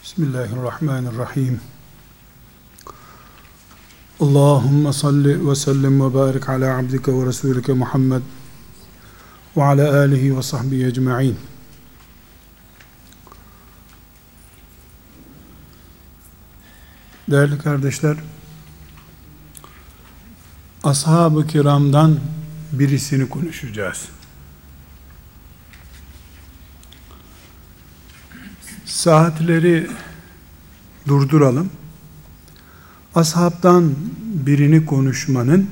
Bismillahirrahmanirrahim. Allahümme salli ve sellim ve barik ala abdike ve resulike Muhammed ve ala alihi ve sahbihi ecma'in. Değerli kardeşler, ashab-ı kiramdan birisini konuşacağız. Saatleri durduralım. Ashabtan birini konuşmanın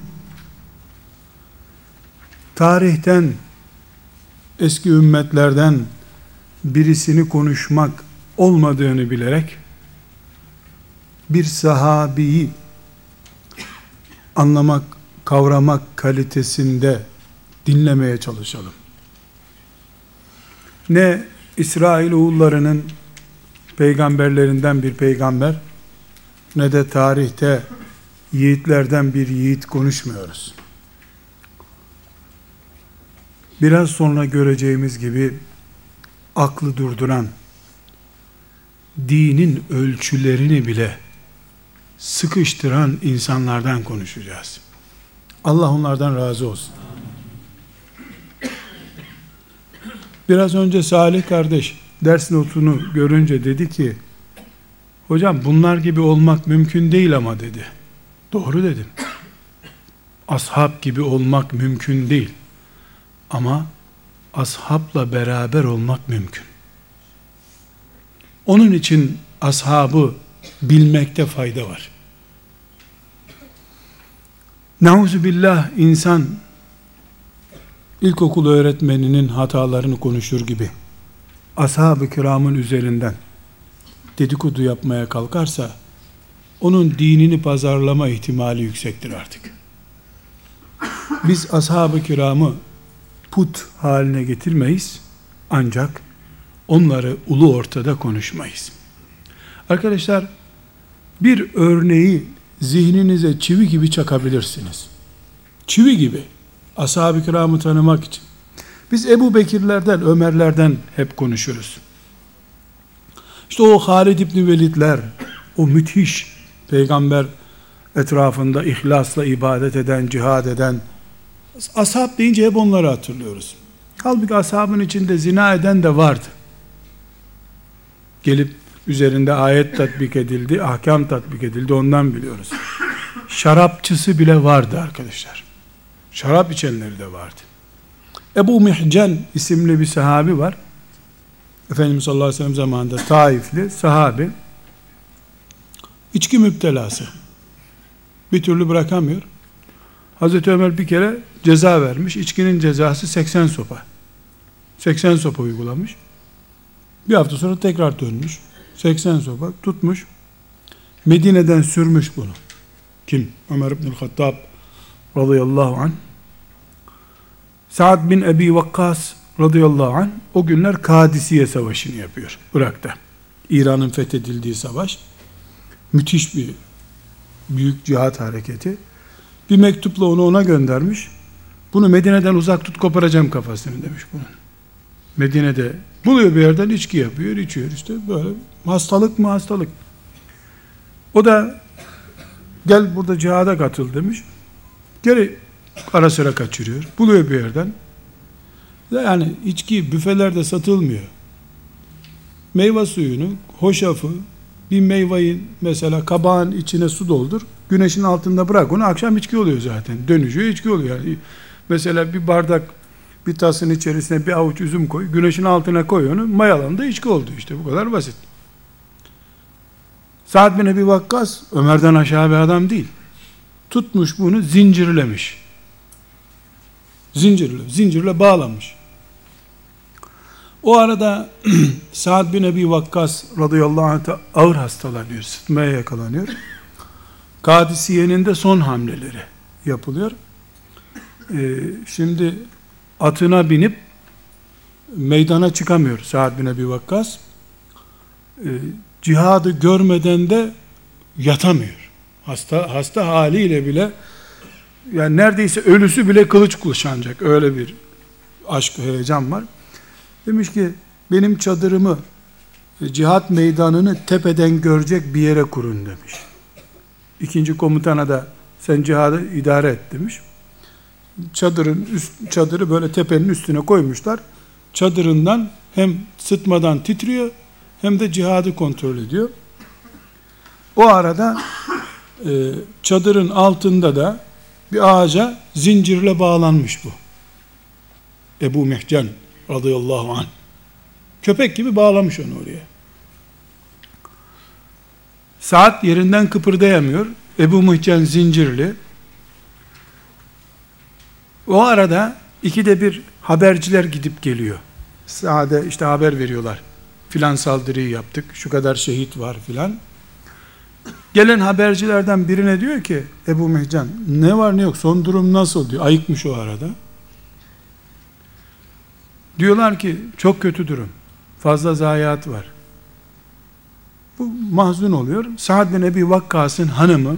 tarihten, eski ümmetlerden birisini konuşmak olmadığını bilerek bir sahabiyi anlamak, kavramak kalitesinde dinlemeye çalışalım. Ne İsrailoğullarının peygamberlerinden bir peygamber, ne de tarihte yiğitlerden bir yiğit konuşmuyoruz. Biraz sonra göreceğimiz gibi aklı durduran, dinin ölçülerini bile sıkıştıran insanlardan konuşacağız. Allah onlardan razı olsun. Biraz önce Salih kardeş ders notunu görünce dedi ki, hocam bunlar gibi olmak mümkün değil ama dedi. Doğru dedim. Ashab gibi olmak mümkün değil. Ama ashabla beraber olmak mümkün. Onun için ashabı bilmekte fayda var. Nauzubillah, insan ilkokul öğretmeninin hatalarını konuşur gibi ashab-ı kiramın üzerinden dedikodu yapmaya kalkarsa onun dinini pazarlama ihtimali yüksektir artık. Biz ashab-ı kiramı put haline getirmeyiz, ancak onları ulu ortada konuşmayız. Arkadaşlar, bir örneği zihninize çivi gibi çakabilirsiniz. Çivi gibi. Ashab-ı kiramı tanımak için. Biz Ebu Bekirlerden, Ömerlerden hep konuşuruz. İşte o Halid İbni Velidler, o müthiş peygamber etrafında ihlasla ibadet eden, cihad eden, ashab deyince hep onları hatırlıyoruz. Halbuki ashabın içinde zina eden de vardı. Gelip üzerinde ayet tatbik edildi, ahkam tatbik edildi, ondan biliyoruz. Şarapçısı bile vardı arkadaşlar. Şarap içenleri de vardı. Ebu Mihcen isimli bir sahabi var. Efendimiz sallallahu aleyhi ve sellem zamanında Taifli sahabi. İçki müptelası. Bir türlü bırakamıyor. Hazreti Ömer bir kere ceza vermiş. İçkinin cezası 80 sopa. 80 sopa uygulamış. Bir hafta sonra tekrar dönmüş. 80 sopa tutmuş. Medine'den sürmüş bunu. Kim? Ömer İbnül Hattab radıyallahu anh. Sa'd bin Ebi Vakkas radıyallahu anh o günler Kadisiye Savaşı'nı yapıyor Irak'ta. İran'ın fethedildiği savaş. Müthiş bir büyük cihat hareketi. Bir mektupla onu ona göndermiş. Bunu Medine'den uzak tut, koparacağım kafasını demiş bunun. Medine'de buluyor bir yerden, içki yapıyor, içiyor işte böyle. Hastalık mı hastalık. O da gel burada cihada katıl demiş. Geri ara sıra kaçırıyor. Buluyor bir yerden. Yani içki büfelerde satılmıyor. Meyve suyunu, hoşafı, bir meyveyi mesela kabağın içine su doldur. Güneşin altında bırak onu, akşam içki oluyor zaten. Dönüşüyor, içki oluyor. Yani mesela bir bardak, bir tasın içerisine bir avuç üzüm koy. Güneşin altına koy onu. Mayalandı, içki oldu işte. Bu kadar basit. Sa'd bin Ebi Vakkas Ömer'den aşağı bir adam değil. Tutmuş bunu, zincirlemiş. Zincirle bağlamış. O arada Sa'd bin Ebi Vakkas radıyallahu anh ağır hastalanıyor, sıtmaya yakalanıyor. Kadisiye'nin de son hamleleri yapılıyor. Şimdi atına binip meydana çıkamıyor Sa'd bin Ebi Vakkas. Cihadı görmeden de yatamıyor. Hasta haliyle bile, yani neredeyse ölüsü bile kılıç kuşanacak, öyle bir aşk, heyecan var. Demiş ki benim çadırımı cihat meydanını tepeden görecek bir yere kurun demiş. İkinci komutana da sen cihadı idare et demiş. Çadırı böyle tepenin üstüne koymuşlar. Çadırından hem sıtmadan titriyor hem de cihadı kontrol ediyor. O arada çadırın altında da bir ağaca zincirle bağlanmış bu. Ebu Mihcen radıyallahu anh. Köpek gibi bağlamış onu oraya. Saat yerinden kıpırdayamıyor. Ebu Mihcen zincirli. O arada ikide bir haberciler gidip geliyor. Sahada işte haber veriyorlar. Filan saldırıyı yaptık, şu kadar şehit var filan. Gelen habercilerden birine diyor ki Ebu Mihcen, ne var ne yok, son durum nasıl diyor. Ayıkmış o arada. Diyorlar ki çok kötü durum. Fazla zayiat var. Bu mahzun oluyor. Sa'd bin Ebi Vakkas'ın hanımı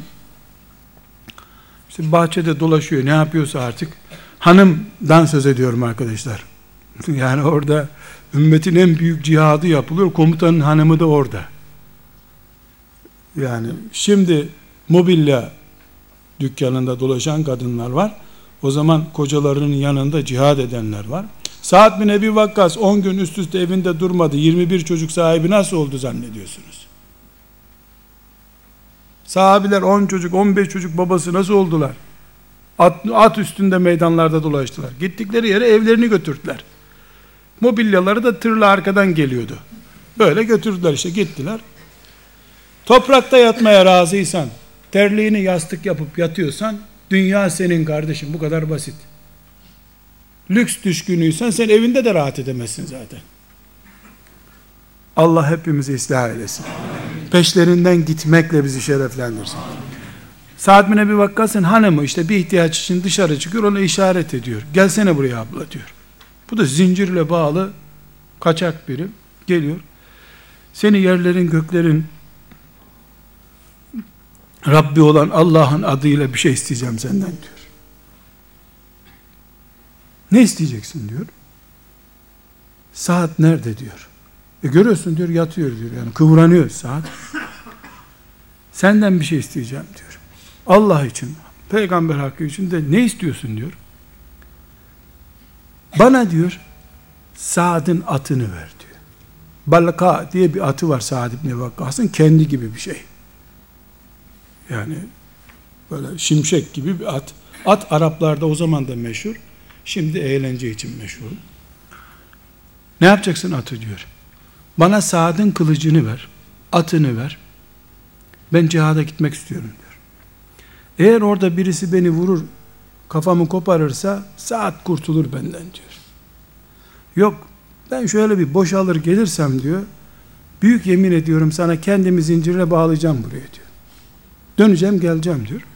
işte bahçede dolaşıyor, ne yapıyorsa artık. Hanımdan söz ediyorum arkadaşlar. Yani orada ümmetin en büyük cihadı yapılıyor. Komutanın hanımı da orada. Yani şimdi mobilya dükkanında dolaşan kadınlar var. O zaman kocalarının yanında cihad edenler var. Sa'd bin Ebi Vakkas 10 gün üst üste evinde durmadı. 21 çocuk sahibi nasıl oldu zannediyorsunuz? Sahabiler 10 çocuk, 15 çocuk babası nasıl oldular? At üstünde meydanlarda dolaştılar. Gittikleri yere evlerini götürdüler. Mobilyaları da tırla arkadan geliyordu. Böyle götürdüler işte, gittiler. Toprakta yatmaya razıysan, terliğini yastık yapıp yatıyorsan, dünya senin kardeşim, bu kadar basit. Lüks düşkünüysen sen evinde de rahat edemezsin zaten. Allah hepimizi ıslah eylesin. Peşlerinden gitmekle bizi şereflendirsin. Sa'd bin Ebi Vakkas'ın hanımı işte bir ihtiyaç için dışarı çıkıyor, ona işaret ediyor. Gelsene buraya abla diyor. Bu da zincirle bağlı kaçak biri geliyor. Seni yerlerin göklerin Rabbi olan Allah'ın adıyla bir şey isteyeceğim senden diyor. Ne isteyeceksin diyor. Saat nerede diyor. Görüyorsun diyor, yatıyor diyor. Yani kıvranıyor saat. Senden bir şey isteyeceğim diyor. Allah için, peygamber hakkı için de ne istiyorsun diyor. Bana diyor Sa'd'ın atını ver diyor. Balka diye bir atı var Sa'd ibn Vakkas'ın, kendi gibi bir şey. Yani böyle şimşek gibi bir at. At Araplarda o zaman da meşhur. Şimdi eğlence için meşhur. Ne yapacaksın atı diyor. Bana Sa'd'ın kılıcını ver. Atını ver. Ben cihada gitmek istiyorum diyor. Eğer orada birisi beni vurur, kafamı koparırsa Sa'd kurtulur benden diyor. Yok, ben şöyle bir boşalır gelirsem diyor, büyük yemin ediyorum sana kendimi zincirle bağlayacağım buraya diyor. Döneceğim geleceğim diyor.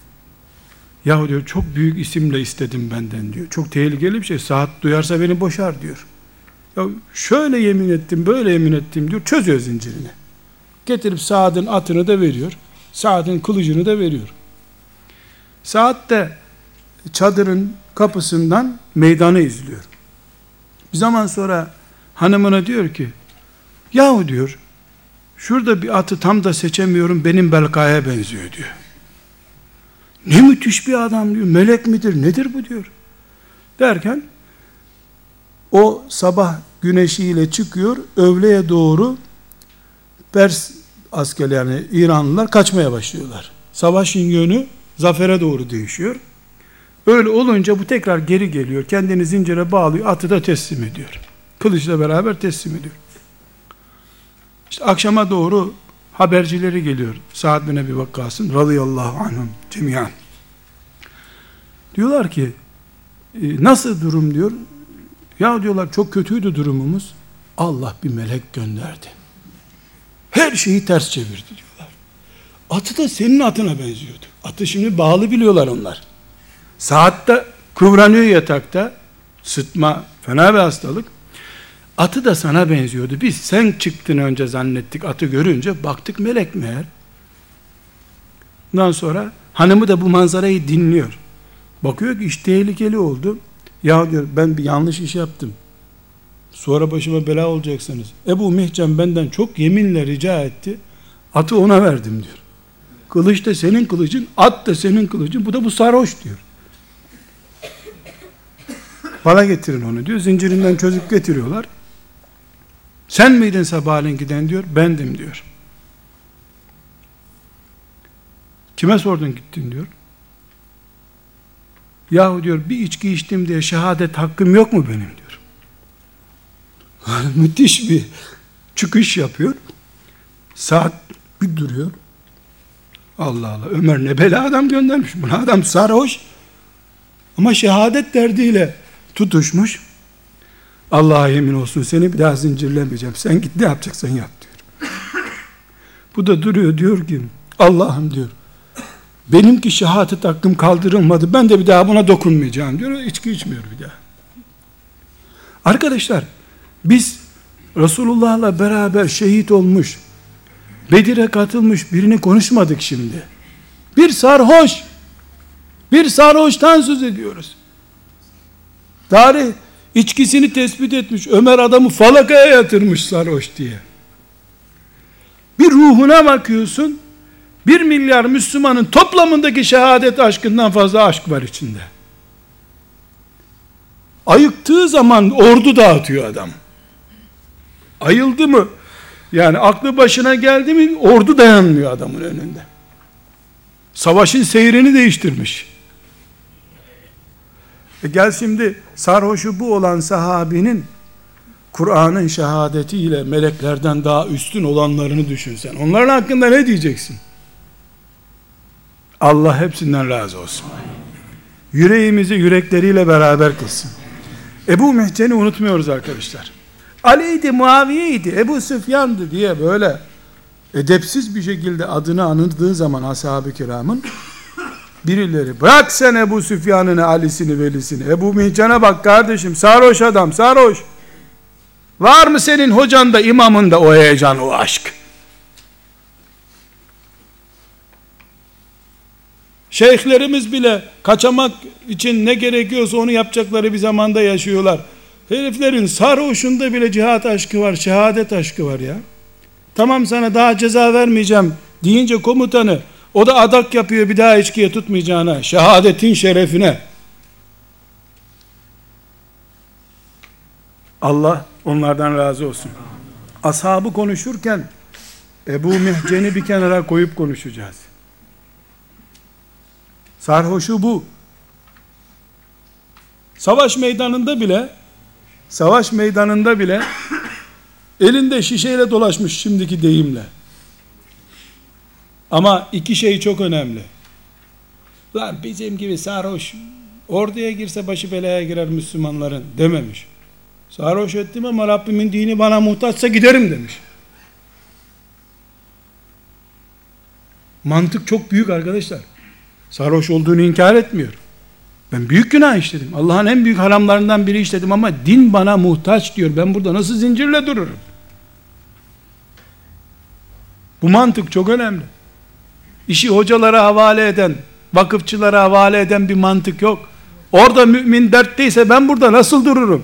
Yahu diyor çok büyük isimle istedim benden diyor. Çok tehlikeli bir şey. Sa'd duyarsa beni boşar diyor. Ya şöyle yemin ettim, böyle yemin ettim diyor. Çözüyor zincirini. Getirip Sa'd'ın atını da veriyor. Sa'd'ın kılıcını da veriyor. Sa'd de çadırın kapısından meydanı izliyor. Bir zaman sonra hanımına diyor ki, yahu diyor, şurada bir atı tam da seçemiyorum, benim Belka'ya benziyor diyor. Ne müthiş bir adam diyor, melek midir, nedir bu diyor. Derken, o sabah güneşiyle çıkıyor, öğleye doğru Pers askerleri, yani İranlılar kaçmaya başlıyorlar. Savaşın yönü zafere doğru değişiyor. Öyle olunca bu tekrar geri geliyor, kendini zincire bağlıyor, atı da teslim ediyor. Kılıçla beraber teslim ediyor. İşte akşama doğru habercileri geliyor. Sa'd bin Ebi Vakkas'ın radıyallahu anhum cemiyan. Diyorlar ki nasıl durum diyor. Ya diyorlar çok kötüydü durumumuz. Allah bir melek gönderdi. Her şeyi ters çevirdi diyorlar. Atı da senin atına benziyordu. Atı şimdi bağlı biliyorlar onlar. Saatte kıvranıyor yatakta. Sıtma fena bir hastalık. Atı da sana benziyordu. Biz sen çıktın önce zannettik, atı görünce baktık melek meğer. Ondan sonra hanımı da bu manzarayı dinliyor. Bakıyor ki iş tehlikeli oldu. Ya diyor ben bir yanlış iş yaptım. Sonra başıma bela olacaksınız. Ebu Mihcen benden çok yeminle rica etti. Atı ona verdim diyor. Kılıç da senin kılıcın, at da senin kılıcın. Bu sarhoş diyor. Bana getirin onu diyor. Zincirinden çözüp getiriyorlar. Sen miydin sabahleyin giden diyor. Bendim diyor. Kime sordun gittin diyor. Yahu diyor bir içki içtim diye şehadet hakkım yok mu benim diyor. Müthiş bir çıkış yapıyor. Saat bir duruyor. Allah Allah, Ömer ne bela adam göndermiş. Buna adam sarhoş ama şehadet derdiyle tutuşmuş. Allah'a yemin olsun seni bir daha zincirlemeyeceğim. Sen git ne yapacaksan yap diyor. Bu da duruyor diyor ki Allah'ım diyor. Benimki şehadet hakkım kaldırılmadı. Ben de bir daha buna dokunmayacağım diyor. İçki içmiyor bir daha. Arkadaşlar biz Resulullah'la beraber şehit olmuş, Bedir'e katılmış birini konuşmadık şimdi. Bir sarhoştan söz ediyoruz. Tarih içkisini tespit etmiş. Ömer adamı falakaya yatırmış sarhoş diye. Bir ruhuna bakıyorsun. 1 milyar Müslümanın toplamındaki şehadet aşkından fazla aşk var içinde. Ayıktığı zaman ordu dağıtıyor adam. Ayıldı mı? Yani aklı başına geldi mi ordu dayanmıyor adamın önünde. Savaşın seyrini değiştirmiş. Gel şimdi sarhoşu bu olan sahabinin Kur'an'ın şehadetiyle meleklerden daha üstün olanlarını düşünsen. Onların hakkında ne diyeceksin? Allah hepsinden razı olsun. Yüreğimizi yürekleriyle beraber kılsın. Ebu Mihcen'i unutmuyoruz arkadaşlar. Ali'ydi, Muaviye'ydi, Ebu Süfyan'dı diye böyle edepsiz bir şekilde adını anıldığı zaman ashab-ı kiramın birileri bırak sen Ebu Süfyan'ını, Ali'sini, Veli'sini, Ebu Mihcen'e bak kardeşim, sarhoş adam, sarhoş. Var mı senin hocanda, imamında o heyecan, o aşk? Şeyhlerimiz bile kaçamak için ne gerekiyorsa onu yapacakları bir zamanda yaşıyorlar. Heriflerin sarhoşunda bile cihat aşkı var, şehadet aşkı var ya. Tamam sana daha ceza vermeyeceğim deyince komutanı, o da adak yapıyor bir daha içkiye tutmayacağına, şehadetin şerefine. Allah onlardan razı olsun. Ashabı konuşurken Ebu Mihcen'i bir kenara koyup konuşacağız. Sarhoşu bu. Savaş meydanında bile elinde şişeyle dolaşmış şimdiki deyimle. Ama iki şey çok önemli. Lan bizim gibi sarhoş orduya girse başı belaya girer Müslümanların dememiş. Sarhoş ettim ama Rabbimin dini bana muhtaçsa giderim demiş. Mantık çok büyük arkadaşlar. Sarhoş olduğunu inkar etmiyor. Ben büyük günah işledim. Allah'ın en büyük haramlarından biri işledim ama din bana muhtaç diyor. Ben burada nasıl zincirle dururum? Bu mantık çok önemli. İşi hocalara havale eden, vakıfçılara havale eden bir mantık yok. Orada mümin dertteyse ben burada nasıl dururum?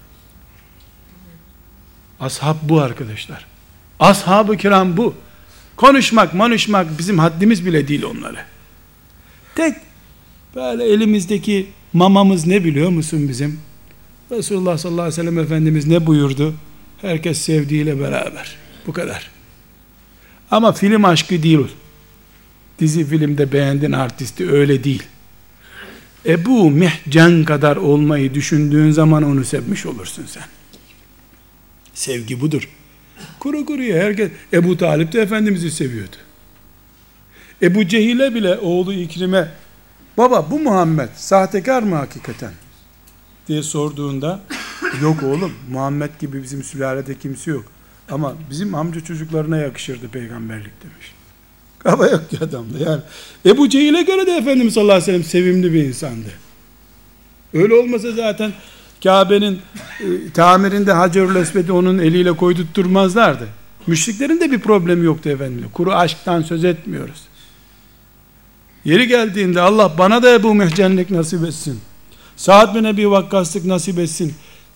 Ashab bu arkadaşlar. Ashab-ı kiram bu. Konuşmak bizim haddimiz bile değil onları. Tek böyle elimizdeki mamamız ne biliyor musun bizim? Resulullah sallallahu aleyhi ve sellem Efendimiz ne buyurdu? Herkes sevdiğiyle beraber. Bu kadar. Ama film aşkı değil. Dizi filmde beğendin artisti, öyle değil. Ebu Mihcen kadar olmayı düşündüğün zaman onu sevmiş olursun sen. Sevgi budur. Kuru kuruya herkes, Ebu Talip de Efendimiz'i seviyordu. Ebu Cehil'e bile oğlu İkrim'e, baba bu Muhammed sahtekar mı hakikaten diye sorduğunda, yok oğlum Muhammed gibi bizim sülalede kimse yok ama bizim amca çocuklarına yakışırdı peygamberlik demiş. Kafa yok ki adamda yani. Ebu Cehil'e göre de Efendimiz sallallahu aleyhi ve sellem sevimli bir insandı. Öyle olmasa zaten Kabe'nin tamirinde Hacerül Esved'i onun eliyle koydurtturmazlardı. Müşriklerin de bir problemi yoktu efendim. Kuru aşktan söz etmiyoruz. Yeri geldiğinde Allah bana da Ebu Mihcenlik nasip etsin. Sa'd bin Ebi Vakkaslık nasip etsin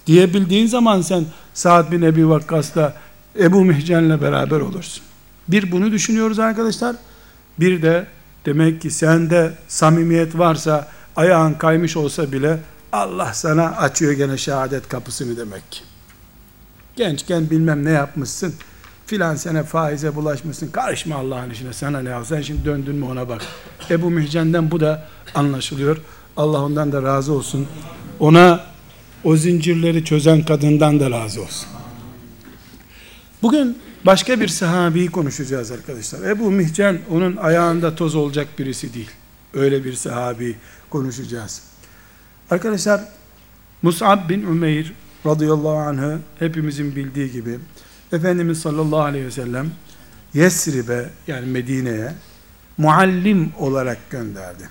diyebildiğin zaman sen Sa'd bin Ebi Vakkas'la Ebu Mihcen'le beraber olursun. Bir bunu düşünüyoruz arkadaşlar. Bir de demek ki sende samimiyet varsa, ayağın kaymış olsa bile Allah sana açıyor gene şehadet kapısını demek ki. Gençken bilmem ne yapmışsın, filan sene faize bulaşmışsın, karışma Allah'ın işine, sana ne al, sen şimdi döndün mü ona bak. Ebu Mihcen'den bu da anlaşılıyor. Allah ondan da razı olsun. Ona o zincirleri çözen kadından da razı olsun. Bugün başka bir sahabeyi konuşacağız arkadaşlar. Ebu Mihcen onun ayağında toz olacak birisi değil. Öyle bir sahabeyi konuşacağız. Arkadaşlar, Mus'ab bin Ümeyr radıyallahu anh'ı hepimizin bildiği gibi Efendimiz sallallahu aleyhi ve sellem Yesrib'e, yani Medine'ye muallim olarak gönderdi.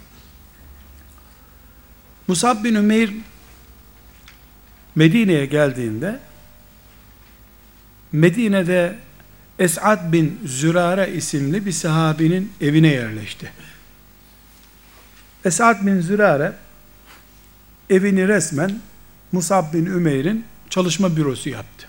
Mus'ab bin Ümeyr Medine'ye geldiğinde Medine'de Es'ad bin Zürare isimli bir sahabinin evine yerleşti. Es'ad bin Zürare evini resmen Mus'ab bin Ümeyr'in çalışma bürosu yaptı.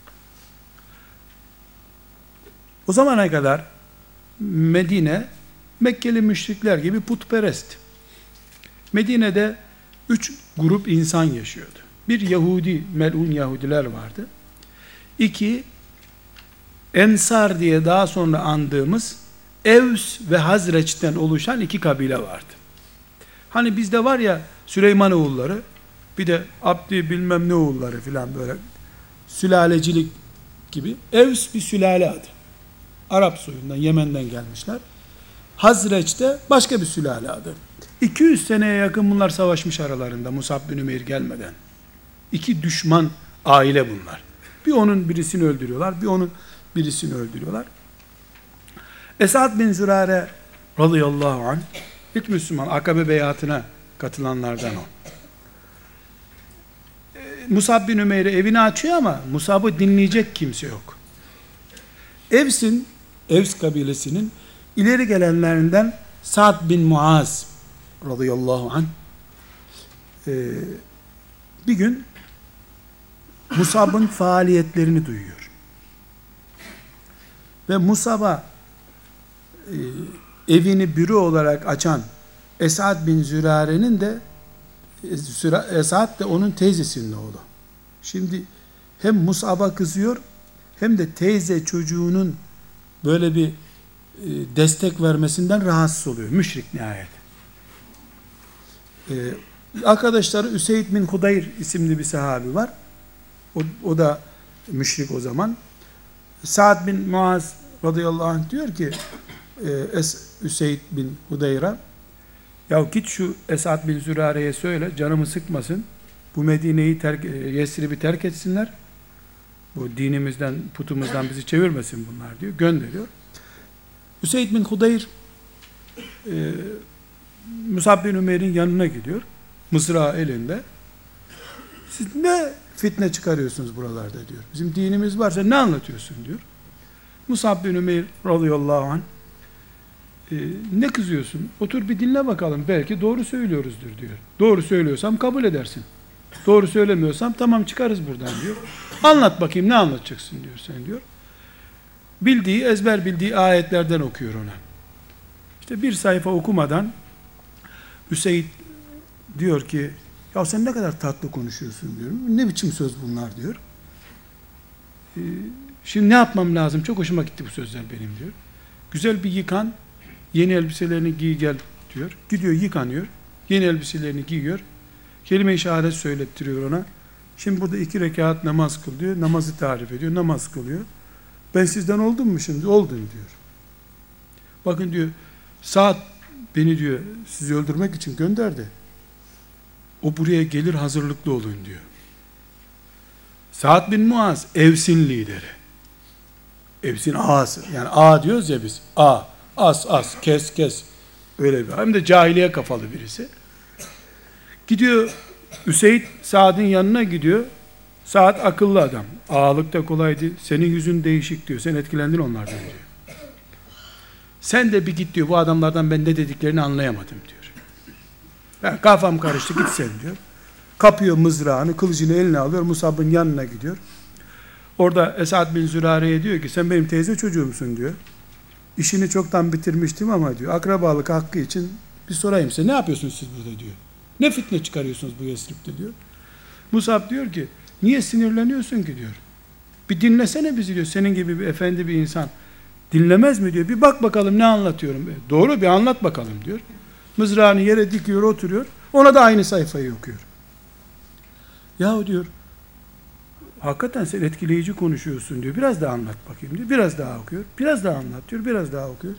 O zamana kadar Medine, Mekkeli müşrikler gibi putperest. Medine'de 3 grup insan yaşıyordu. Bir Yahudi, melun Yahudiler vardı. 2, Ensar diye daha sonra andığımız Evs ve Hazreç'ten oluşan 2 kabile vardı. Hani bizde var ya Süleyman oğulları, bir de Abdi bilmem ne oğulları filan, böyle sülalecilik gibi. Evs bir sülale adı. Arap soyundan, Yemen'den gelmişler. Hazreç de başka bir sülale adı. 200 seneye yakın bunlar savaşmış aralarında Mus'ab bin Ümeyr gelmeden. 2 düşman aile bunlar. Bir onun birisini öldürüyorlar, bir onun birisini öldürüyorlar. Es'ad bin Zürare radıyallahu anh ilk Müslüman, Akabe beyatına katılanlardan o. Mus'ab bin Ümeyr'e evini açıyor ama Mus'ab'ı dinleyecek kimse yok. Evs kabilesinin ileri gelenlerinden Sa'd bin Muaz radıyallahu anh bir gün Mus'ab'ın faaliyetlerini duyuyor. Ve Mus'ab'a evini büro olarak açan Es'ad bin Zürare'nin de Es'ad de onun teyzesinin oğlu. Şimdi hem Mus'ab'a kızıyor hem de teyze çocuğunun böyle bir destek vermesinden rahatsız oluyor. Müşrik nihayet. Arkadaşları Üseyd bin Hudayr isimli bir sahabi var. O da müşrik o zaman. Sa'd bin Muaz radıyallahu anh diyor ki Üseyd bin Hudayr'a, ya git şu Es'ad bin Zürare'ye söyle, canımı sıkmasın, bu Medine'yi Yesrib'i terk etsinler, bu dinimizden, putumuzdan bizi çevirmesin bunlar diyor, gönderiyor. Üseyd bin Hudayr Mus'ab bin Ümeyr'in yanına gidiyor, mızrağı elinde. Siz ne fitne çıkarıyorsunuz buralarda diyor. Bizim dinimiz varsa ne anlatıyorsun diyor. Mus'ab bin Ümeyr radıyallahu anh ne kızıyorsun? Otur bir dinle bakalım. Belki doğru söylüyoruzdur diyor. Doğru söylüyorsam kabul edersin. Doğru söylemiyorsam tamam çıkarız buradan diyor. Anlat bakayım, ne anlatacaksın diyor sen diyor. Ezber bildiği ayetlerden okuyor ona. İşte bir sayfa okumadan Üseyd diyor ki, ya sen ne kadar tatlı konuşuyorsun diyorum. Ne biçim söz bunlar diyor. Şimdi ne yapmam lazım? Çok hoşuma gitti bu sözler benim diyor. Güzel bir yıkan, yeni elbiselerini giy gel diyor. Gidiyor yıkanıyor. Yeni elbiselerini giyiyor. Kelime-i şehadet söylettiriyor ona. Şimdi burada 2 rekat namaz kıl diyor. Namazı tarif ediyor. Namaz kılıyor. Ben sizden oldum mu şimdi? Oldum diyor. Bakın diyor, Sa'd beni diyor sizi öldürmek için gönderdi. O buraya gelir, hazırlıklı olun diyor. Sa'd bin Muaz Evs'in lideri. Evs'in ağası. Yani ağa diyoruz ya biz. Ağa. As, kes. Öyle bir. Hem de cahiliye kafalı birisi. Gidiyor Üseyd Sa'd'ın yanına gidiyor. Sa'd akıllı adam. Ağalık da kolaydı. Senin yüzün değişik diyor. Sen etkilendin onlardan diyor. Sen de bir git diyor. Bu adamlardan ben ne dediklerini anlayamadım diyor. Ben kafam karıştı, git sen diyor. Kapıyor mızrağını, kılıcını eline alıyor, Musab'ın yanına gidiyor. Orada Esad bin Zürare'ye diyor ki sen benim teyze çocuğumsun diyor. İşini çoktan bitirmiştim ama diyor akrabalık hakkı için bir sorayım size, ne yapıyorsunuz siz burada diyor. Ne fitne çıkarıyorsunuz bu Yesrib'de diyor. Musab diyor ki niye sinirleniyorsun ki diyor. Bir dinlesene bizi diyor. Senin gibi bir efendi bir insan dinlemez mi diyor. Bir bak bakalım ne anlatıyorum. Doğru, bir anlat bakalım diyor. Mızrağını yere dikiyor, oturuyor. Ona da aynı sayfayı okuyor. Yahu diyor, hakikaten sen etkileyici konuşuyorsun diyor. Biraz daha anlat bakayım diyor. Biraz daha okuyor. Biraz daha anlat diyor. Biraz daha okuyor.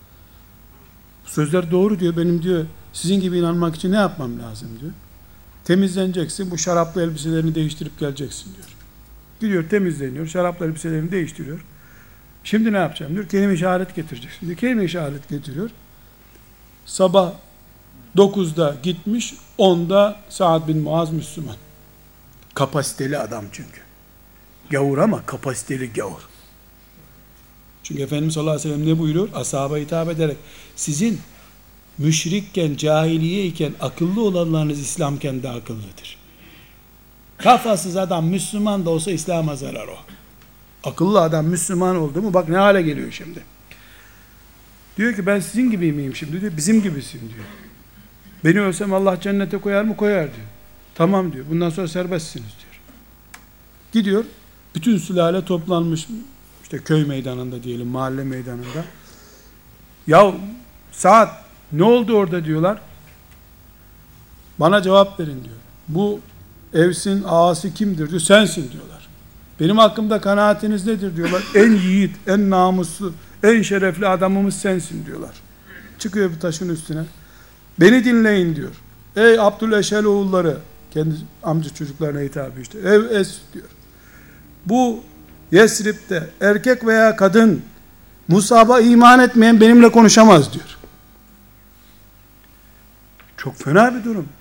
Sözler doğru diyor. Benim diyor sizin gibi inanmak için ne yapmam lazım diyor. Temizleneceksin. Bu şaraplı elbiselerini değiştirip geleceksin diyor. Gidiyor temizleniyor. Şaraplı elbiselerini değiştiriyor. Şimdi ne yapacağım diyor. Kelime-i şehadet getireceksin diyor. Kelime-i şehadet getiriyor. Sabah 9'da gitmiş. 10'da Sa'd bin Muaz Müslüman. Kapasiteli adam çünkü. Gavur ama kapasiteli gavur. Çünkü Efendimiz sallallahu aleyhi ve sellem ne buyuruyor? Ashaba hitap ederek sizin müşrikken, cahiliyeyken akıllı olanlarınız İslamken de akıllıdır. Kafasız adam Müslüman da olsa İslam'a zarar o. Akıllı adam Müslüman oldu mu bak ne hale geliyor şimdi. Diyor ki ben sizin gibi miyim şimdi diyor. Bizim gibisin diyor. Beni ölsem Allah cennete koyar mı? Koyar diyor. Tamam diyor. Bundan sonra serbestsiniz diyor. Gidiyor. Bütün sülale toplanmış işte köy meydanında diyelim, mahalle meydanında. Ya Sa'd ne oldu orada diyorlar. Bana cevap verin diyor. Bu Evs'in ağası kimdir diyor. Sensin diyorlar. Benim hakkımda kanaatiniz nedir diyorlar. En yiğit, en namuslu, en şerefli adamımız sensin diyorlar. Çıkıyor bir taşın üstüne. Beni dinleyin diyor. Ey Abdüleşel oğulları, kendi amca çocuklarına hitap işte. Es diyor. Bu Yesrib'de erkek veya kadın Musab'a iman etmeyen benimle konuşamaz diyor. Çok fena bir durum.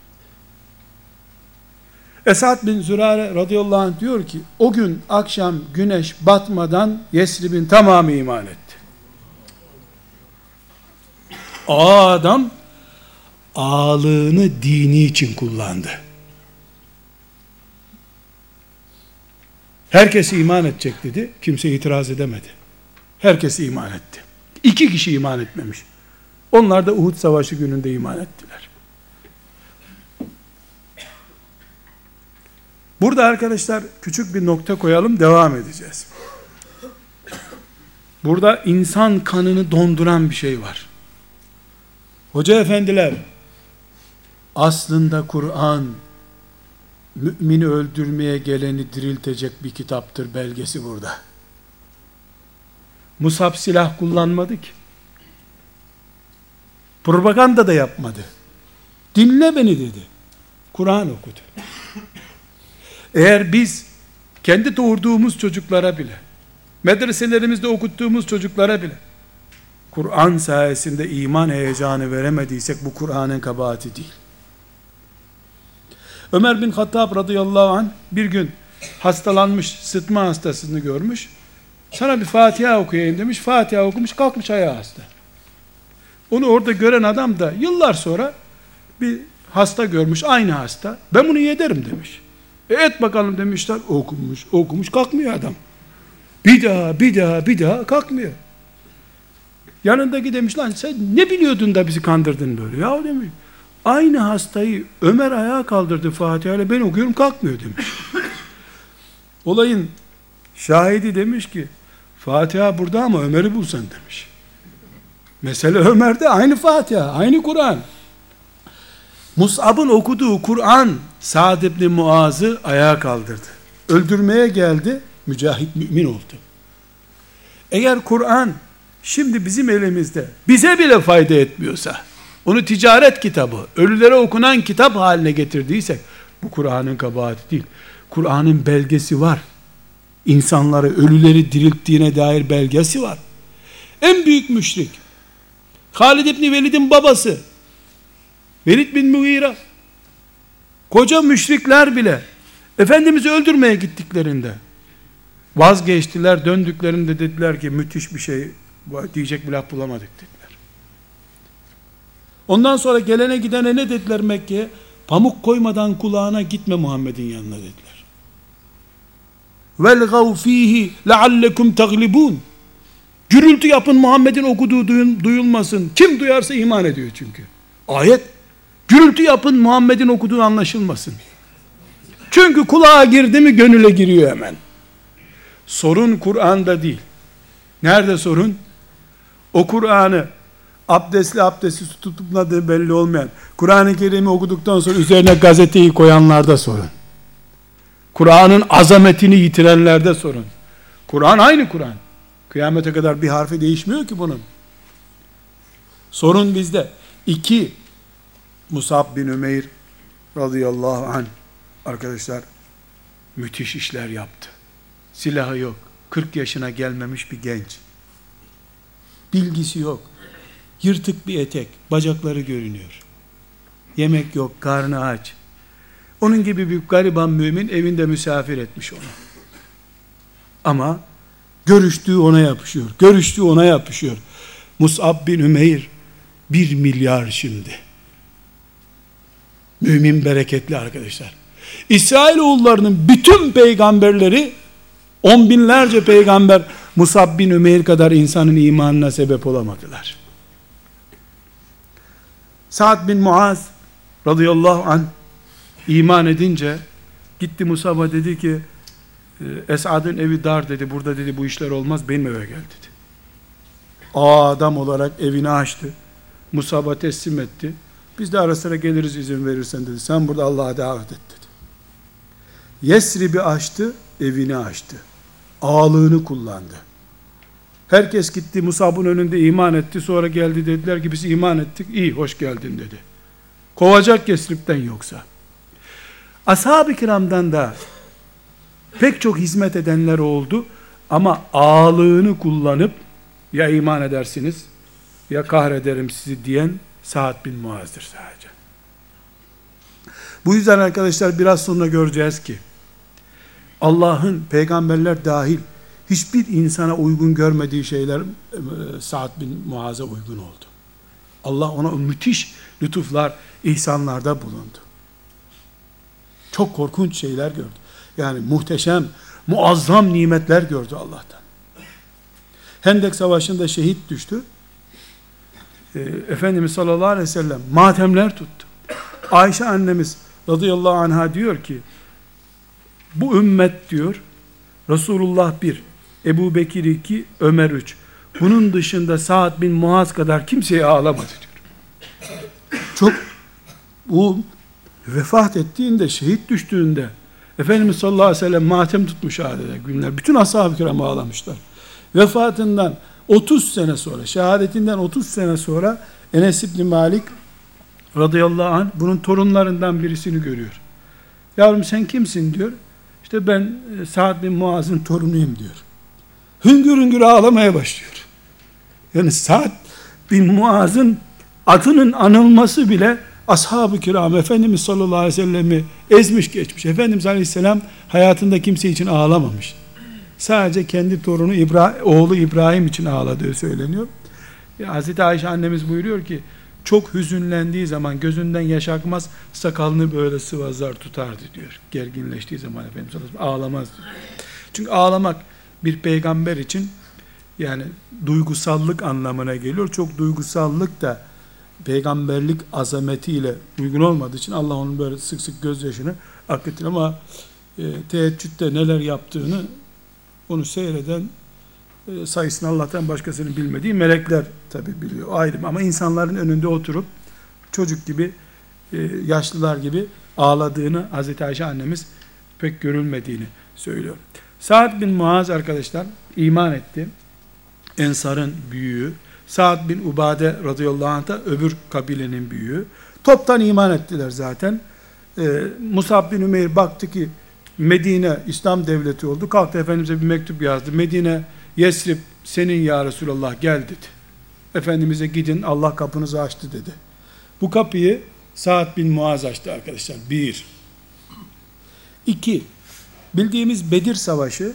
Esad bin Zürare radıyallahu anh diyor ki o gün akşam güneş batmadan Yesrib'in tamamı iman etti. O adam ağalığını dini için kullandı. Herkes iman edecek dedi. Kimse itiraz edemedi. Herkes iman etti. 2 kişi iman etmemiş. Onlar da Uhud Savaşı gününde iman ettiler. Burada arkadaşlar küçük bir nokta koyalım, devam edeceğiz. Burada insan kanını donduran bir şey var. Hoca efendiler, aslında Kur'an mümini öldürmeye geleni diriltecek bir kitaptır belgesi burada. Musab silah kullanmadı ki. Propaganda da yapmadı. Dinle beni dedi. Kur'an okudu. Eğer biz kendi doğurduğumuz çocuklara bile, medreselerimizde okuttuğumuz çocuklara bile Kur'an sayesinde iman heyecanı veremediysek bu Kur'an'ın kabahati değil. Ömer bin Hattab radıyallahu anh bir gün hastalanmış, sıtma hastasını görmüş. Sana bir Fatiha okuyayım demiş. Fatiha okumuş, kalkmış ayağı hasta. Onu orada gören adam da yıllar sonra bir hasta görmüş, aynı hasta. Ben bunu iyi ederim demiş. Et bakalım demişler. Okumuş, kalkmıyor adam. Bir daha kalkmıyor. Yanındaki demiş lan sen ne biliyordun da bizi kandırdın böyle ya demiş. Aynı hastayı Ömer ayağa kaldırdı Fatiha ile ben okuyorum kalkmıyor demiş. Olayın şahidi demiş ki Fatiha burada ama Ömer'i bulsan demiş. Mesele Ömer'de aynı Fatiha, aynı Kur'an. Mus'ab'ın okuduğu Kur'an Sa'd ibn Muaz'ı ayağa kaldırdı. Öldürmeye geldi, mücahit mümin oldu. Eğer Kur'an şimdi bizim elimizde bize bile fayda etmiyorsa, onu ticaret kitabı, ölülere okunan kitap haline getirdiysek, bu Kur'an'ın kabahati değil. Kur'an'ın belgesi var. İnsanları, ölüleri dirilttiğine dair belgesi var. En büyük müşrik, Halid ibn Velid'in babası, Velid bin Mughira, koca müşrikler bile, Efendimiz'i öldürmeye gittiklerinde, vazgeçtiler, döndüklerinde dediler ki, müthiş bir şey, diyecek bir laf bulamadık dediler. Ondan sonra gelene gidene ne dediler Mekke'ye? Pamuk koymadan kulağına gitme Muhammed'in yanına dediler. Velgav fihi leallekum taglibun. Gürültü yapın, Muhammed'in okuduğu duyulmasın. Kim duyarsa iman ediyor çünkü. Ayet, gürültü yapın, Muhammed'in okuduğu anlaşılmasın. Çünkü kulağa girdi mi gönüle giriyor hemen. Sorun Kur'an'da değil. Nerede sorun? O Kur'an'ı abdestli abdestsiz tutup tutmadığı belli olmayan, Kur'an-ı Kerim'i okuduktan sonra üzerine gazeteyi koyanlarda sorun. Kur'an'ın azametini yitirenlerde sorun. Kur'an aynı Kur'an. Kıyamete kadar bir harfi değişmiyor ki bunun. Sorun bizde. 2. Musab bin Ümeyr radıyallahu anh arkadaşlar müthiş işler yaptı. Silahı yok. 40 yaşına gelmemiş bir genç. Bilgisi yok. Yırtık bir etek, bacakları görünüyor. Yemek yok, karnı aç. Onun gibi bir gariban mümin evinde misafir etmiş onu. Ama görüştüğü ona yapışıyor. Görüştüğü ona yapışıyor. Mus'ab bin Ümeyr 1 milyar şimdi. Mümin bereketli arkadaşlar. İsrailoğullarının bütün peygamberleri, 10 binlerce peygamber Mus'ab bin Ümeyr kadar insanın imanına sebep olamadılar. Sa'd bin Muaz radıyallahu anh iman edince gitti Mus'ab'a dedi ki Esad'ın evi dar dedi, burada dedi bu işler olmaz, benim eve gel dedi. Adam olarak evini açtı. Mus'ab'a teslim etti. Biz de ara sıra geliriz izin verirsen dedi. Sen burada Allah'a davet et dedi. Yesrib'i açtı, evini açtı. Ağalığını kullandı. Herkes gitti Mus'ab'ın önünde iman etti. Sonra geldi dediler ki biz iman ettik. İyi, hoş geldin dedi. Kovacak Yesrib'den yoksa. Ashab-ı kiramdan da pek çok hizmet edenler oldu. Ama ağalığını kullanıp ya iman edersiniz ya kahrederim sizi diyen Sa'd bin Muaz'dır sadece. Bu yüzden arkadaşlar biraz sonra göreceğiz ki Allah'ın peygamberler dahil hiçbir insana uygun görmediği şeyler Sa'd bin Muaz'a uygun oldu. Allah ona müthiş lütuflar, ihsanlarda bulundu. Çok korkunç şeyler gördü. Yani muhteşem, muazzam nimetler gördü Allah'tan. Hendek Savaşı'nda şehit düştü. Efendimiz sallallahu aleyhi ve sellem matemler tuttu. Ayşe annemiz radıyallahu anha diyor ki bu ümmet diyor Resulullah 1, Ebu Bekir 2, Ömer 3. Bunun dışında Sa'd bin Muaz kadar kimseye ağlamadı diyor. Çok bu vefat ettiğinde, şehit düştüğünde Efendimiz sallallahu aleyhi ve sellem matem tutmuş adeta günler. Bütün ashab-ı kiram ağlamışlar. Vefatından 30 sene sonra, şehadetinden 30 sene sonra Enes İbni Malik radıyallahu anh bunun torunlarından birisini görüyor. Yavrum sen kimsin diyor. İşte ben Sa'd bin Muaz'ın torunuyum diyor. Hüngür hüngür ağlamaya başlıyor. Yani Sa'd bin Muaz'ın adının anılması bile ashab-ı kiram Efendimiz sallallahu aleyhi ve sellemi ezmiş geçmiş. Efendimiz aleyhisselam hayatında kimse için ağlamamış. Sadece kendi torunu oğlu İbrahim için ağladığı söyleniyor. Hazreti Ayşe annemiz buyuruyor ki çok hüzünlendiği zaman gözünden yaş akmaz, sakalını böyle sıvazlar tutardı diyor. Gerginleştiği zaman Efendimiz sallallahu aleyhi ve sellem ağlamaz diyor. Çünkü ağlamak bir peygamber için yani duygusallık anlamına geliyor. Çok duygusallık da peygamberlik azametiyle uygun olmadığı için Allah onun böyle sık sık gözyaşını akıtır ama teheccüde neler yaptığını onu seyreden sayısını Allah'tan başkasının bilmediği melekler tabi biliyor ayrı ama insanların önünde oturup çocuk gibi yaşlılar gibi ağladığını Hazreti Ayşe annemiz pek görülmediğini söylüyor. Sa'd bin Muaz arkadaşlar iman etti. Ensar'ın büyüğü. Sa'd bin Ubade radıyallahu anh da öbür kabilenin büyüğü. Toptan iman ettiler zaten. Musab bin Ümeyr baktı ki Medine İslam devleti oldu. Kalktı Efendimiz'e bir mektup yazdı. Medine, Yesrib senin ya Resulallah gel dedi. Efendimiz'e gidin Allah kapınızı açtı dedi. Bu kapıyı Sa'd bin Muaz açtı arkadaşlar. 1. 2. Bildiğimiz Bedir Savaşı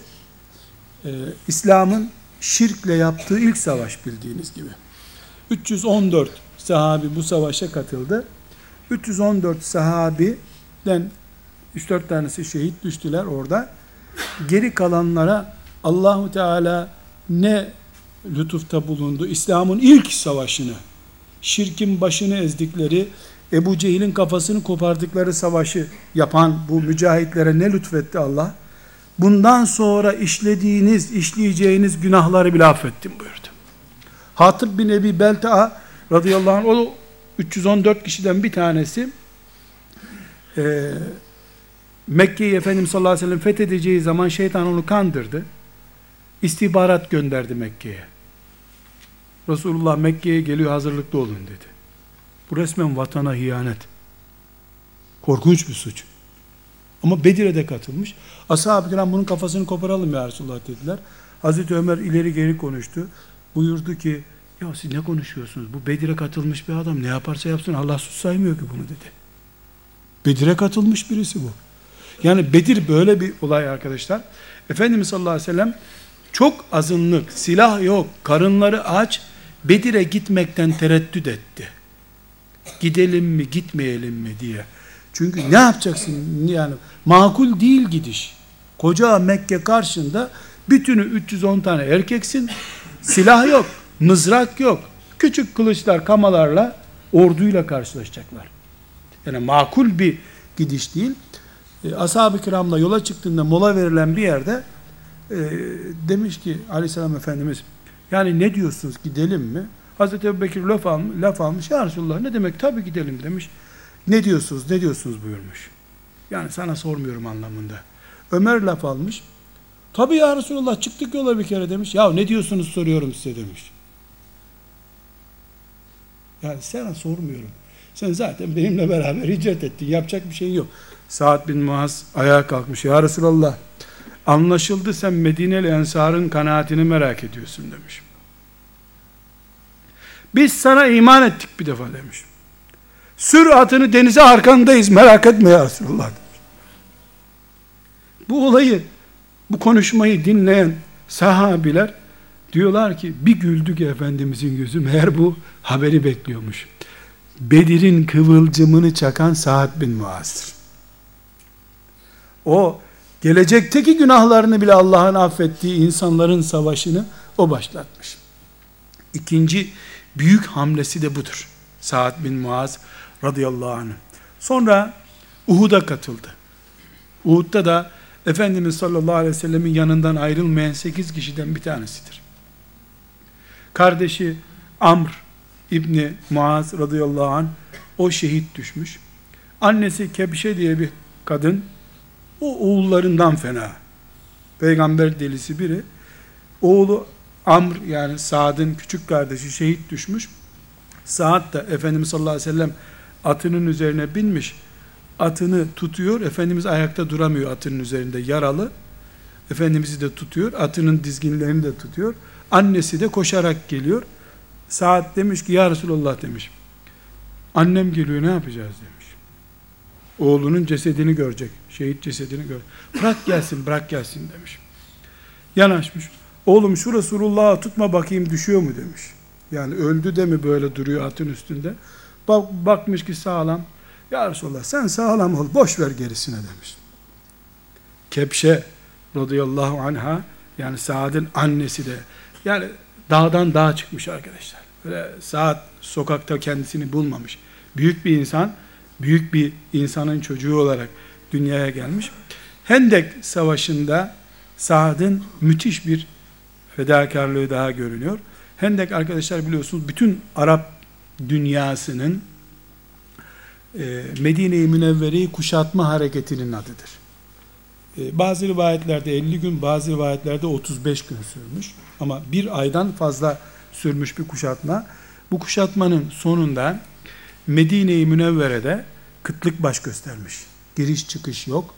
İslam'ın şirkle yaptığı ilk savaş bildiğiniz gibi. 314 sahabi bu savaşa katıldı. 314 sahabiden 3-4 tanesi şehit düştüler orada. Geri kalanlara Allahu Teala ne lütufta bulundu. İslam'ın ilk savaşını, şirkin başını ezdikleri, Ebu Cehil'in kafasını kopardıkları savaşı yapan bu mücahitlere ne lütfetti Allah? Bundan sonra işleyeceğiniz günahları bile affettim buyurdu. Hatib bin Ebi Belta'a radıyallahu anh, o 314 kişiden bir tanesi, Mekke'yi Efendimiz sallallahu aleyhi ve sellem fethedeceği zaman şeytan onu kandırdı. İstihbarat gönderdi Mekke'ye. Resulullah Mekke'ye geliyor, hazırlıklı olun dedi. Bu resmen vatana ihanet. Korkunç bir suç. Ama Bedir'e de katılmış. Ashab-ı kiram bunun kafasını koparalım ya Resulullah dediler. Hazreti Ömer ileri geri konuştu. Buyurdu ki, ya siz ne konuşuyorsunuz? Bu Bedir'e katılmış bir adam, ne yaparsa yapsın Allah suç saymıyor ki bunu dedi. Bedir'e katılmış birisi bu. Yani Bedir böyle bir olay arkadaşlar. Efendimiz sallallahu aleyhi ve sellem çok azınlık, silah yok, karınları aç, Bedir'e gitmekten tereddüt etti. Gidelim mi, gitmeyelim mi diye. Çünkü ne yapacaksın yani? Makul değil gidiş. Koca Mekke karşında bütünü 310 tane erkeksin. Silah yok, mızrak yok. Küçük kılıçlar, kamalarla, orduyla karşılaşacaklar. Yani makul bir gidiş değil. Ashab-ı kiramla yola çıktığında mola verilen bir yerde demiş ki aleyhisselam Efendimiz, yani ne diyorsunuz, gidelim mi? Hazreti Ebubekir laf almış. Ya Resulullah, ne demek, tabii gidelim demiş. Ne diyorsunuz buyurmuş. Yani sana sormuyorum anlamında. Ömer laf almış. Tabii ya Resulullah, çıktık yola bir kere demiş. Ya ne diyorsunuz soruyorum size demiş. Yani sana sormuyorum. Sen zaten benimle beraber hicret ettin. Yapacak bir şey yok. Sa'd bin Muaz ayağa kalkmış. Ya Resulallah, anlaşıldı sen Medineli Ensar'ın kanaatini merak ediyorsun demiş. Biz sana iman ettik bir defa demiş. Sür atını denize, arkandayız, merak etme ya Resulullah demiş. Bu olayı, bu konuşmayı dinleyen sahabiler diyorlar ki, bir güldü ki Efendimizin gözü, meğer bu haberi bekliyormuş. Bedir'in kıvılcımını çakan Sa'd bin Muaz'dır. O gelecekteki günahlarını bile Allah'ın affettiği insanların savaşını o başlatmış. İkinci büyük hamlesi de budur. Sa'd bin Muaz radıyallahu anh. Sonra Uhud'a katıldı. Uhud'da da Efendimiz sallallahu aleyhi ve sellemin yanından ayrılmayan 8 kişiden bir tanesidir. Kardeşi Amr İbni Muaz radıyallahu anh, o şehit düşmüş. Annesi Kebşe diye bir kadın, o oğullarından fena. Peygamber delisi biri. Oğlu Amr, yani Sa'd'ın küçük kardeşi şehit düşmüş. Sa'd da Efendimiz sallallahu aleyhi ve sellem atının üzerine binmiş. Atını tutuyor. Efendimiz ayakta duramıyor atının üzerinde, yaralı. Efendimiz'i de tutuyor. Atının dizginlerini de tutuyor. Annesi de koşarak geliyor. Sa'd demiş ki, ya Resulallah demiş, annem geliyor, ne yapacağız demiş. Oğlunun cesedini görecek. Şehit cesedini görecek. Bırak gelsin demiş. Yanaşmış. Oğlum şu Resulullah'ı tutma bakayım, düşüyor mu demiş. Yani öldü de mi böyle duruyor atın üstünde. Bakmış ki sağlam. Ya Resulallah, sen sağlam ol, boş ver gerisine demiş. Kebşe radıyallahu anha, yani Sa'd'ın annesi de, yani dağdan dağa çıkmış arkadaşlar. Böyle Sa'd sokakta kendisini bulmamış. Büyük bir insan, büyük bir insanın çocuğu olarak dünyaya gelmiş. Hendek Savaşı'nda Sa'd'ın müthiş bir fedakarlığı daha görünüyor. Hendek arkadaşlar biliyorsunuz bütün Arap dünyasının Medine-i Münevvere'yi kuşatma hareketinin adıdır. Bazı rivayetlerde 50 gün, bazı rivayetlerde 35 gün sürmüş. Ama bir aydan fazla sürmüş bir kuşatma. Bu kuşatmanın sonunda Medine-i Münevvere'de kıtlık baş göstermiş. Giriş çıkış yok.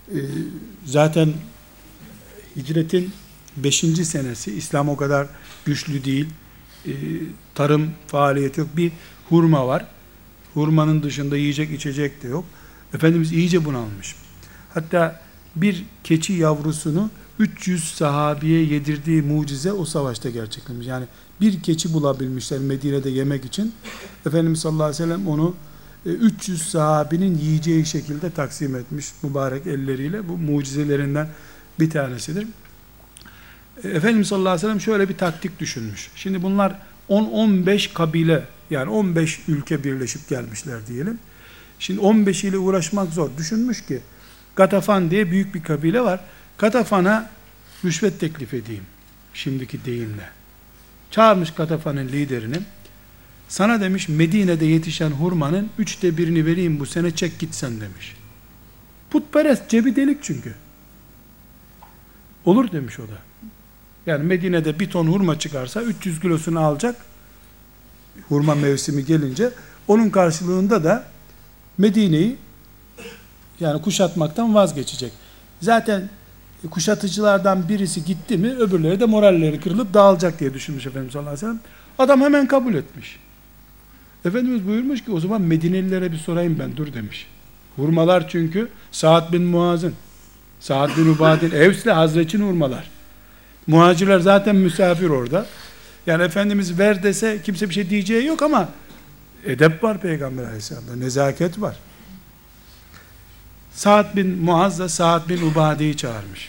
Zaten hicretin 5. senesi, İslam o kadar güçlü değil. Tarım faaliyeti yok. Bir hurma var. Hurmanın dışında yiyecek içecek de yok. Efendimiz iyice bunalmış. Hatta bir keçi yavrusunu 300 sahabiye yedirdiği mucize o savaşta gerçekleşmiş. Yani bir keçi bulabilmişler Medine'de yemek için. Efendimiz sallallahu aleyhi ve sellem onu 300 sahabinin yiyeceği şekilde taksim etmiş mübarek elleriyle. Bu mucizelerinden bir tanesidir. Efendimiz sallallahu aleyhi ve sellem şöyle bir taktik düşünmüş. Şimdi bunlar 10-15 kabile, yani 15 ülke birleşip gelmişler diyelim. Şimdi 15 ile uğraşmak zor. Düşünmüş ki Gatafan diye büyük bir kabile var. Gatafan'a rüşvet teklif edeyim. Şimdiki deyimle. Çağırmış Gatafan'ın liderini. Sana demiş Medine'de yetişen hurmanın 1/3 vereyim bu sene, çek gitsen demiş. Putperest, cebi delik çünkü. Olur demiş o da. Yani Medine'de 1 ton hurma çıkarsa 300 kilosunu alacak. Hurma mevsimi gelince onun karşılığında da Medine'yi yani kuşatmaktan vazgeçecek. Zaten kuşatıcılardan birisi gitti mi öbürleri de moralleri kırılıp dağılacak diye düşünmüş Efendimiz sallallahu aleyhi ve sellem. Adam hemen kabul etmiş. Efendimiz buyurmuş ki o zaman Medinelilere bir sorayım ben, dur demiş. Hurmalar çünkü Sa'd bin Muaz'ın, Sa'd bin Ubad'in, Evs'le Hazreç'in hurmalar. Muhacirler zaten misafir orada. Yani Efendimiz ver dese kimse bir şey diyeceği yok ama edep var Peygamber aleyhisselam'da, nezaket var. Sa'd bin Muaz da Sa'd bin Ubade'yi çağırmış.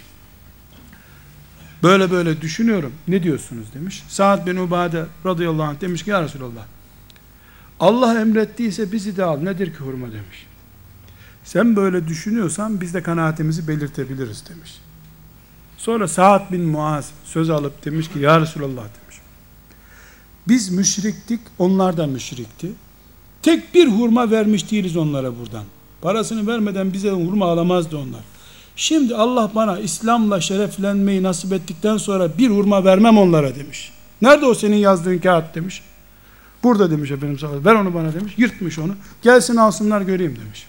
Böyle böyle düşünüyorum, ne diyorsunuz demiş. Sa'd bin Ubade radıyallahu anh demiş ki ya Resulallah, Allah emrettiyse bizi de al, nedir ki hurma demiş. Sen böyle düşünüyorsan biz de kanaatimizi belirtebiliriz demiş. Sonra Sa'd bin Muaz söz alıp demiş ki ya Resulallah demiş. Biz müşriktik, onlar da müşrikti. Tek bir hurma vermiş değiliz onlara buradan. Parasını vermeden bize hurma alamazdı onlar. Şimdi Allah bana İslam'la şereflenmeyi nasip ettikten sonra bir hurma vermem onlara demiş. Nerede o senin yazdığın kağıt demiş. Burada demiş Efendimiz sallallahu aleyhi ve sellem. Ver onu bana demiş. Yırtmış onu. Gelsin alsınlar göreyim demiş.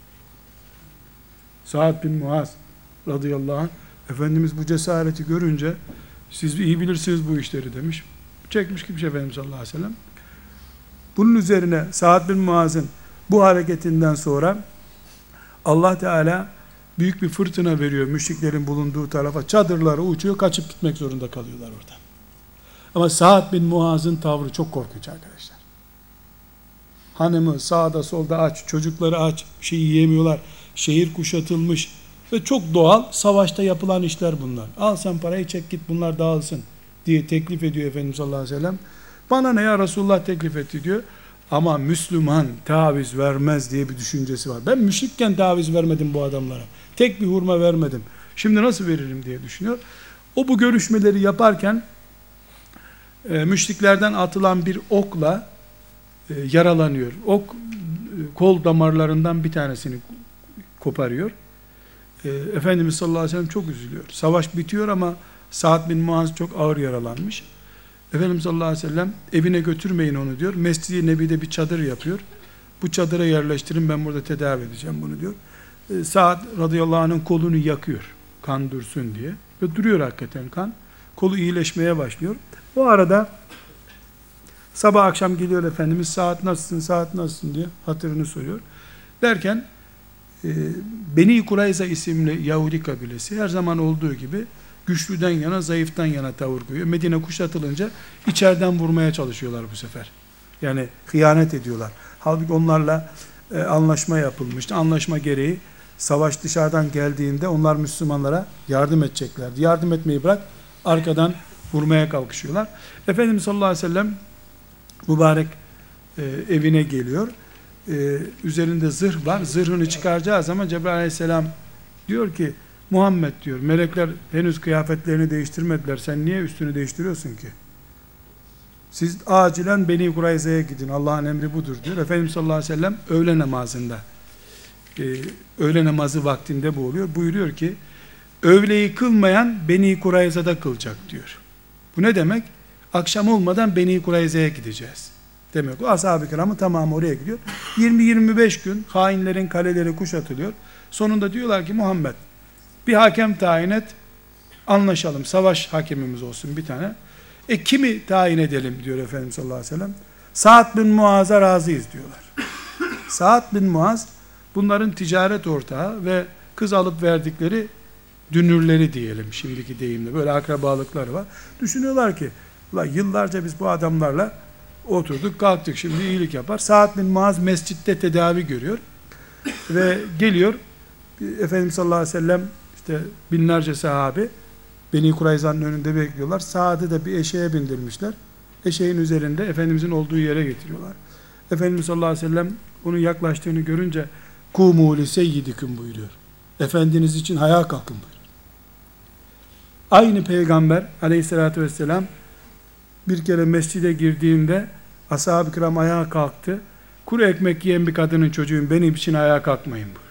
Sa'd bin Muaz radıyallahu anh Efendimiz bu cesareti görünce siz iyi bilirsiniz bu işleri demiş. Çekmiş gitmiş Efendimiz sallallahu aleyhi ve sellem. Bunun üzerine Sa'd bin Muaz'ın bu hareketinden sonra Allah Teala büyük bir fırtına veriyor müşriklerin bulunduğu tarafa. Çadırları uçuyor, kaçıp gitmek zorunda kalıyorlar orada. Ama Sa'd bin Muaz'ın tavrı çok korkunç arkadaşlar. Hanımı sağda solda aç, çocukları aç, bir şey yiyemiyorlar. Şehir kuşatılmış ve çok doğal savaşta yapılan işler bunlar. Al sen parayı, çek git, bunlar dağılsın diye teklif ediyor Efendimiz sallallahu aleyhi ve sellem. Bana ne ya, Resulullah teklif etti diyor. Ama Müslüman taviz vermez diye bir düşüncesi var. Ben müşrikken taviz vermedim bu adamlara. Tek bir hurma vermedim. Şimdi nasıl veririm diye düşünüyor. O bu görüşmeleri yaparken müşriklerden atılan bir okla yaralanıyor. Ok kol damarlarından bir tanesini koparıyor. Efendimiz sallallahu aleyhi ve sellem çok üzülüyor. Savaş bitiyor ama Sa'd bin Muaz çok ağır yaralanmış. Efendimiz sallallahu aleyhi ve sellem evine götürmeyin onu diyor. Mescid-i Nebi'de bir çadır yapıyor. Bu çadıra yerleştirin, ben burada tedavi edeceğim bunu diyor. Sa'd radıyallahu anh'ın kolunu yakıyor. Kan dursun diye. Ve duruyor hakikaten kan. Kolu iyileşmeye başlıyor. O arada sabah akşam geliyor Efendimiz, Sa'd nasılsın, Sa'd nasılsın diye hatırını soruyor. Derken Beni Kurayza isimli Yahudi kabilesi her zaman olduğu gibi güçlüden yana, zayıftan yana tavır koyuyor. Medine kuşatılınca içeriden vurmaya çalışıyorlar bu sefer. Yani hıyanet ediyorlar. Halbuki onlarla anlaşma yapılmıştı. Anlaşma gereği savaş dışarıdan geldiğinde onlar Müslümanlara yardım edeceklerdi. Yardım etmeyi bırak, arkadan vurmaya kalkışıyorlar. Efendimiz sallallahu aleyhi ve sellem mübarek evine geliyor. Üzerinde zırh var. Zırhını çıkaracağı zaman Cebrail aleyhisselam diyor ki, Muhammed diyor, melekler henüz kıyafetlerini değiştirmediler. Sen niye üstünü değiştiriyorsun ki? Siz acilen Beni Kurayza'ya gidin. Allah'ın emri budur diyor. Efendimiz sallallahu aleyhi ve sellem öğle namazında, öğle namazı vaktinde bu oluyor. Buyuruyor ki, öğleyi kılmayan Beni Kurayza'da kılacak diyor. Bu ne demek? Akşam olmadan Beni Kurayza'ya gideceğiz demek. O ashab-ı kiramın tamamı oraya gidiyor. 20-25 gün hainlerin kaleleri kuşatılıyor. Sonunda diyorlar ki, Muhammed bir hakem tayin et, anlaşalım, savaş hakemimiz olsun bir tane. Kimi tayin edelim diyor Efendimiz sallallahu aleyhi ve sellem. Sa'd bin Muaz'a razıyız diyorlar. Sa'd bin Muaz bunların ticaret ortağı ve kız alıp verdikleri dünürleri diyelim şimdiki deyimle, böyle akrabalıkları var. Düşünüyorlar ki yıllarca biz bu adamlarla Oturduk kalktık, şimdi iyilik yapar. Sa'd bin Muaz mescitte tedavi görüyor. Ve geliyor. Efendimiz sallallahu aleyhi ve sellem, işte binlerce sahabe Beni Kurayza'nın önünde bekliyorlar. Sa'd'ı da bir eşeğe bindirmişler. Eşeğin üzerinde Efendimizin olduğu yere getiriyorlar. Efendimiz sallallahu aleyhi ve sellem onun yaklaştığını görünce "Kumu li seyyidikum" buyuruyor. Efendiniz için ayağa kalkın buyuruyor. Aynı peygamber aleyhissalatü vesselam bir kere mescide girdiğinde ashab-ı kiram ayağa kalktı. Kuru ekmek yiyen bir kadının çocuğuyum, benim için ayağa kalkmayın buyurdu.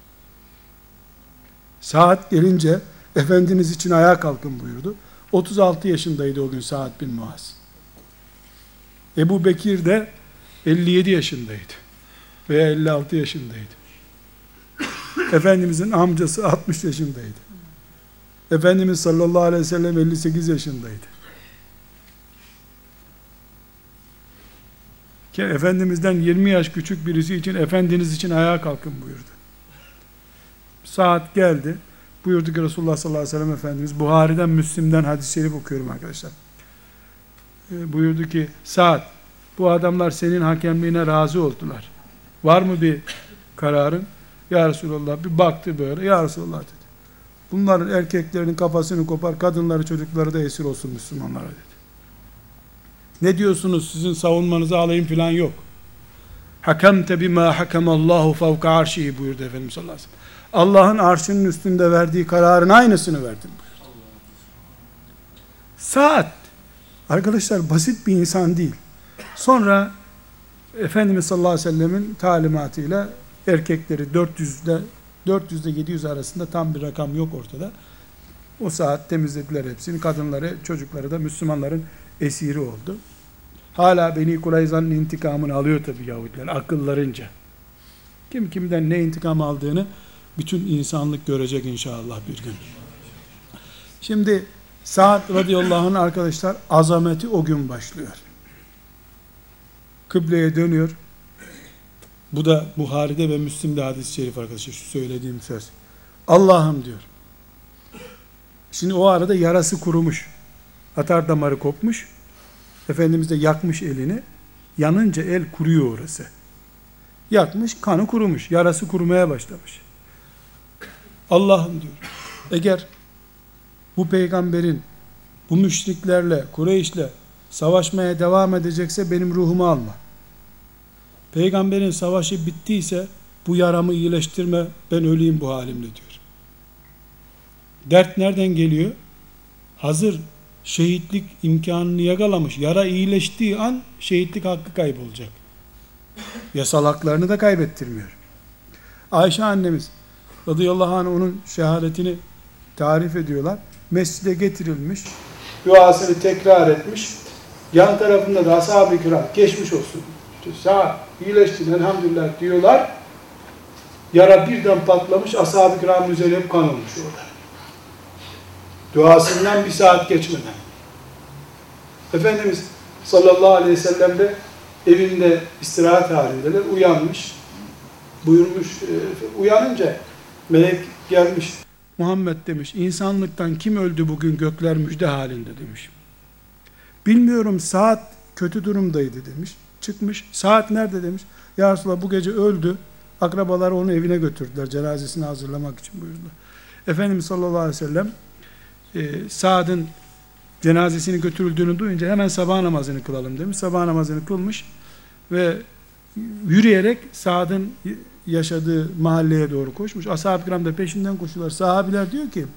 Saat gelince Efendiniz için ayağa kalkın buyurdu. 36 yaşındaydı o gün Sa'd bin Muaz. Ebu Bekir de 57 yaşındaydı. Veya 56 yaşındaydı. Efendimizin amcası 60 yaşındaydı. Efendimiz sallallahu aleyhi ve sellem 58 yaşındaydı. Ki Efendimiz'den 20 yaş küçük birisi için Efendiniz için ayağa kalkın buyurdu. Saat geldi. Buyurdu ki Resulullah sallallahu aleyhi ve sellem Efendimiz, Buhari'den Müslim'den hadis-i şerif okuyorum arkadaşlar. Buyurdu ki Saat, bu adamlar senin hakemliğine razı oldular. Var mı bir kararın? Ya Resulallah, bir baktı böyle. Ya Resulallah dedi. Bunların erkeklerinin kafasını kopar, kadınları çocukları da esir olsun Müslümanlara dedi. Ne diyorsunuz, sizin savunmanızı alayım filan yok. Hakemte bima hakemallahu fevka arşihi buyurdu Efendimiz sallallahu aleyhi ve sellem. Allah'ın arşının üstünde verdiği kararın aynısını verdim buyurdu. Saat, arkadaşlar basit bir insan değil. Sonra Efendimiz sallallahu aleyhi ve sellemin talimatıyla erkekleri 400'de 700 arasında, tam bir rakam yok ortada. O saat temizlediler hepsini. Kadınları, çocukları da Müslümanların esiri oldu. Hala Beni Kurayza'nın intikamını alıyor tabi Yahudiler akıllarınca. Kim kimden ne intikam aldığını bütün insanlık görecek inşallah bir gün. Şimdi Sa'd radıyallahu anh arkadaşlar, azameti o gün başlıyor. Kıbleye dönüyor. Bu da Buhari'de ve Müslim'de hadis-i şerif arkadaşlar, şu söylediğim söz. Allah'ım diyor. Şimdi o arada yarası kurumuş. Atar damarı kopmuş. Efendimiz de yakmış elini. Yanınca el kuruyor orası. Yakmış, kanı kurumuş. Yarası kurumaya başlamış. Allah'ım diyor. Eğer bu peygamberin bu müşriklerle, Kureyş'le savaşmaya devam edecekse benim ruhumu alma. Peygamberin savaşı bittiyse bu yaramı iyileştirme, ben öleyim bu halimle diyor. Dert nereden geliyor? Hazır şehitlik imkanını yakalamış. Yara iyileştiği an şehitlik hakkı kaybolacak. Yasal haklarını da kaybettirmiyor. Ayşe annemiz radıyallahu anh onun şehadetini tarif ediyorlar. Mescide getirilmiş, duasını tekrar etmiş. Yan tarafında da ashab-ı kiram geçmiş olsun, sağ iyileştin elhamdülillah diyorlar. Yara birden patlamış, ashab-ı kiramın üzerine hep kan olmuş orada. Duasından bir saat geçmeden. Efendimiz sallallahu aleyhi ve sellem de evinde istirahat halindeler, uyanmış. Buyurmuş, uyanınca melek gelmiş. Muhammed demiş, insanlıktan kim öldü bugün, gökler müjde halinde demiş. Bilmiyorum, saat kötü durumdaydı demiş. Çıkmış, saat nerede demiş. Ya Resulallah bu gece öldü. Akrabaları onu evine götürdüler. Cenazesini hazırlamak için buyurdular. Efendimiz sallallahu aleyhi ve sellem Sa'd'ın cenazesini götürüldüğünü duyunca hemen sabah namazını kılalım demiş. Sabah namazını kılmış ve yürüyerek Sa'd'ın yaşadığı mahalleye doğru koşmuş. Ashab-ı kiram da peşinden koşuyorlar. Sahabiler diyor ki,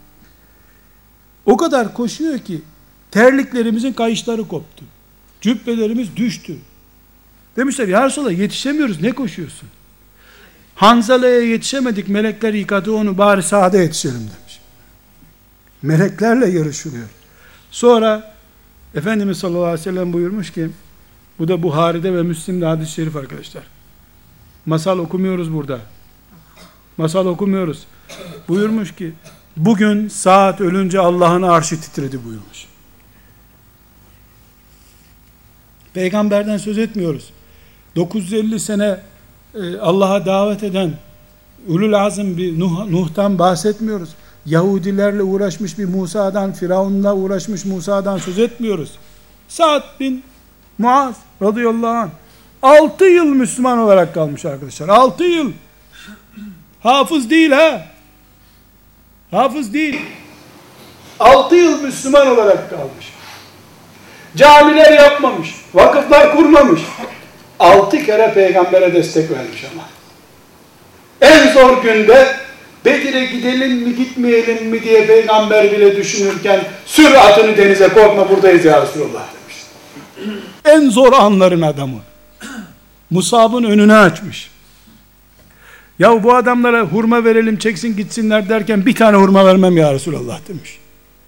o kadar koşuyor ki terliklerimizin kayışları koptu. Cübbelerimiz düştü. Demişler, ya Resulallah yetişemiyoruz, ne koşuyorsun? Hanzala'ya yetişemedik, melekler yıkadı onu, bari Sa'da yetişelim demiş. Meleklerle yarışılıyor. Sonra Efendimiz sallallahu aleyhi ve sellem buyurmuş ki, bu da Buhari'de ve Müslim'de hadis-i şerif arkadaşlar. Masal okumuyoruz burada. Masal okumuyoruz. Buyurmuş ki, bugün saat ölünce Allah'ın arşı titredi buyurmuş. Peygamberden söz etmiyoruz. 950 sene Allah'a davet eden ulul azm bir Nuh'tan bahsetmiyoruz. Yahudilerle uğraşmış bir Musa'dan, Firavun'la uğraşmış Musa'dan söz etmiyoruz. Sa'd bin Muaz radıyallahu anh 6 yıl Müslüman olarak kalmış arkadaşlar. 6 yıl. Hafız değil ha. Hafız değil. 6 yıl Müslüman olarak kalmış. Camiler yapmamış. Vakıflar kurmamış. 6 kere peygambere destek vermiş ama. En zor günde Bedir'e gidelim mi gitmeyelim mi diye peygamber bile düşünürken sür atını denize, korkma buradayız ya Resulallah demiş. En zor anların adamı. Musab'ın önünü açmış. Ya bu adamlara hurma verelim çeksin gitsinler derken bir tane hurma vermem ya Resulallah demiş.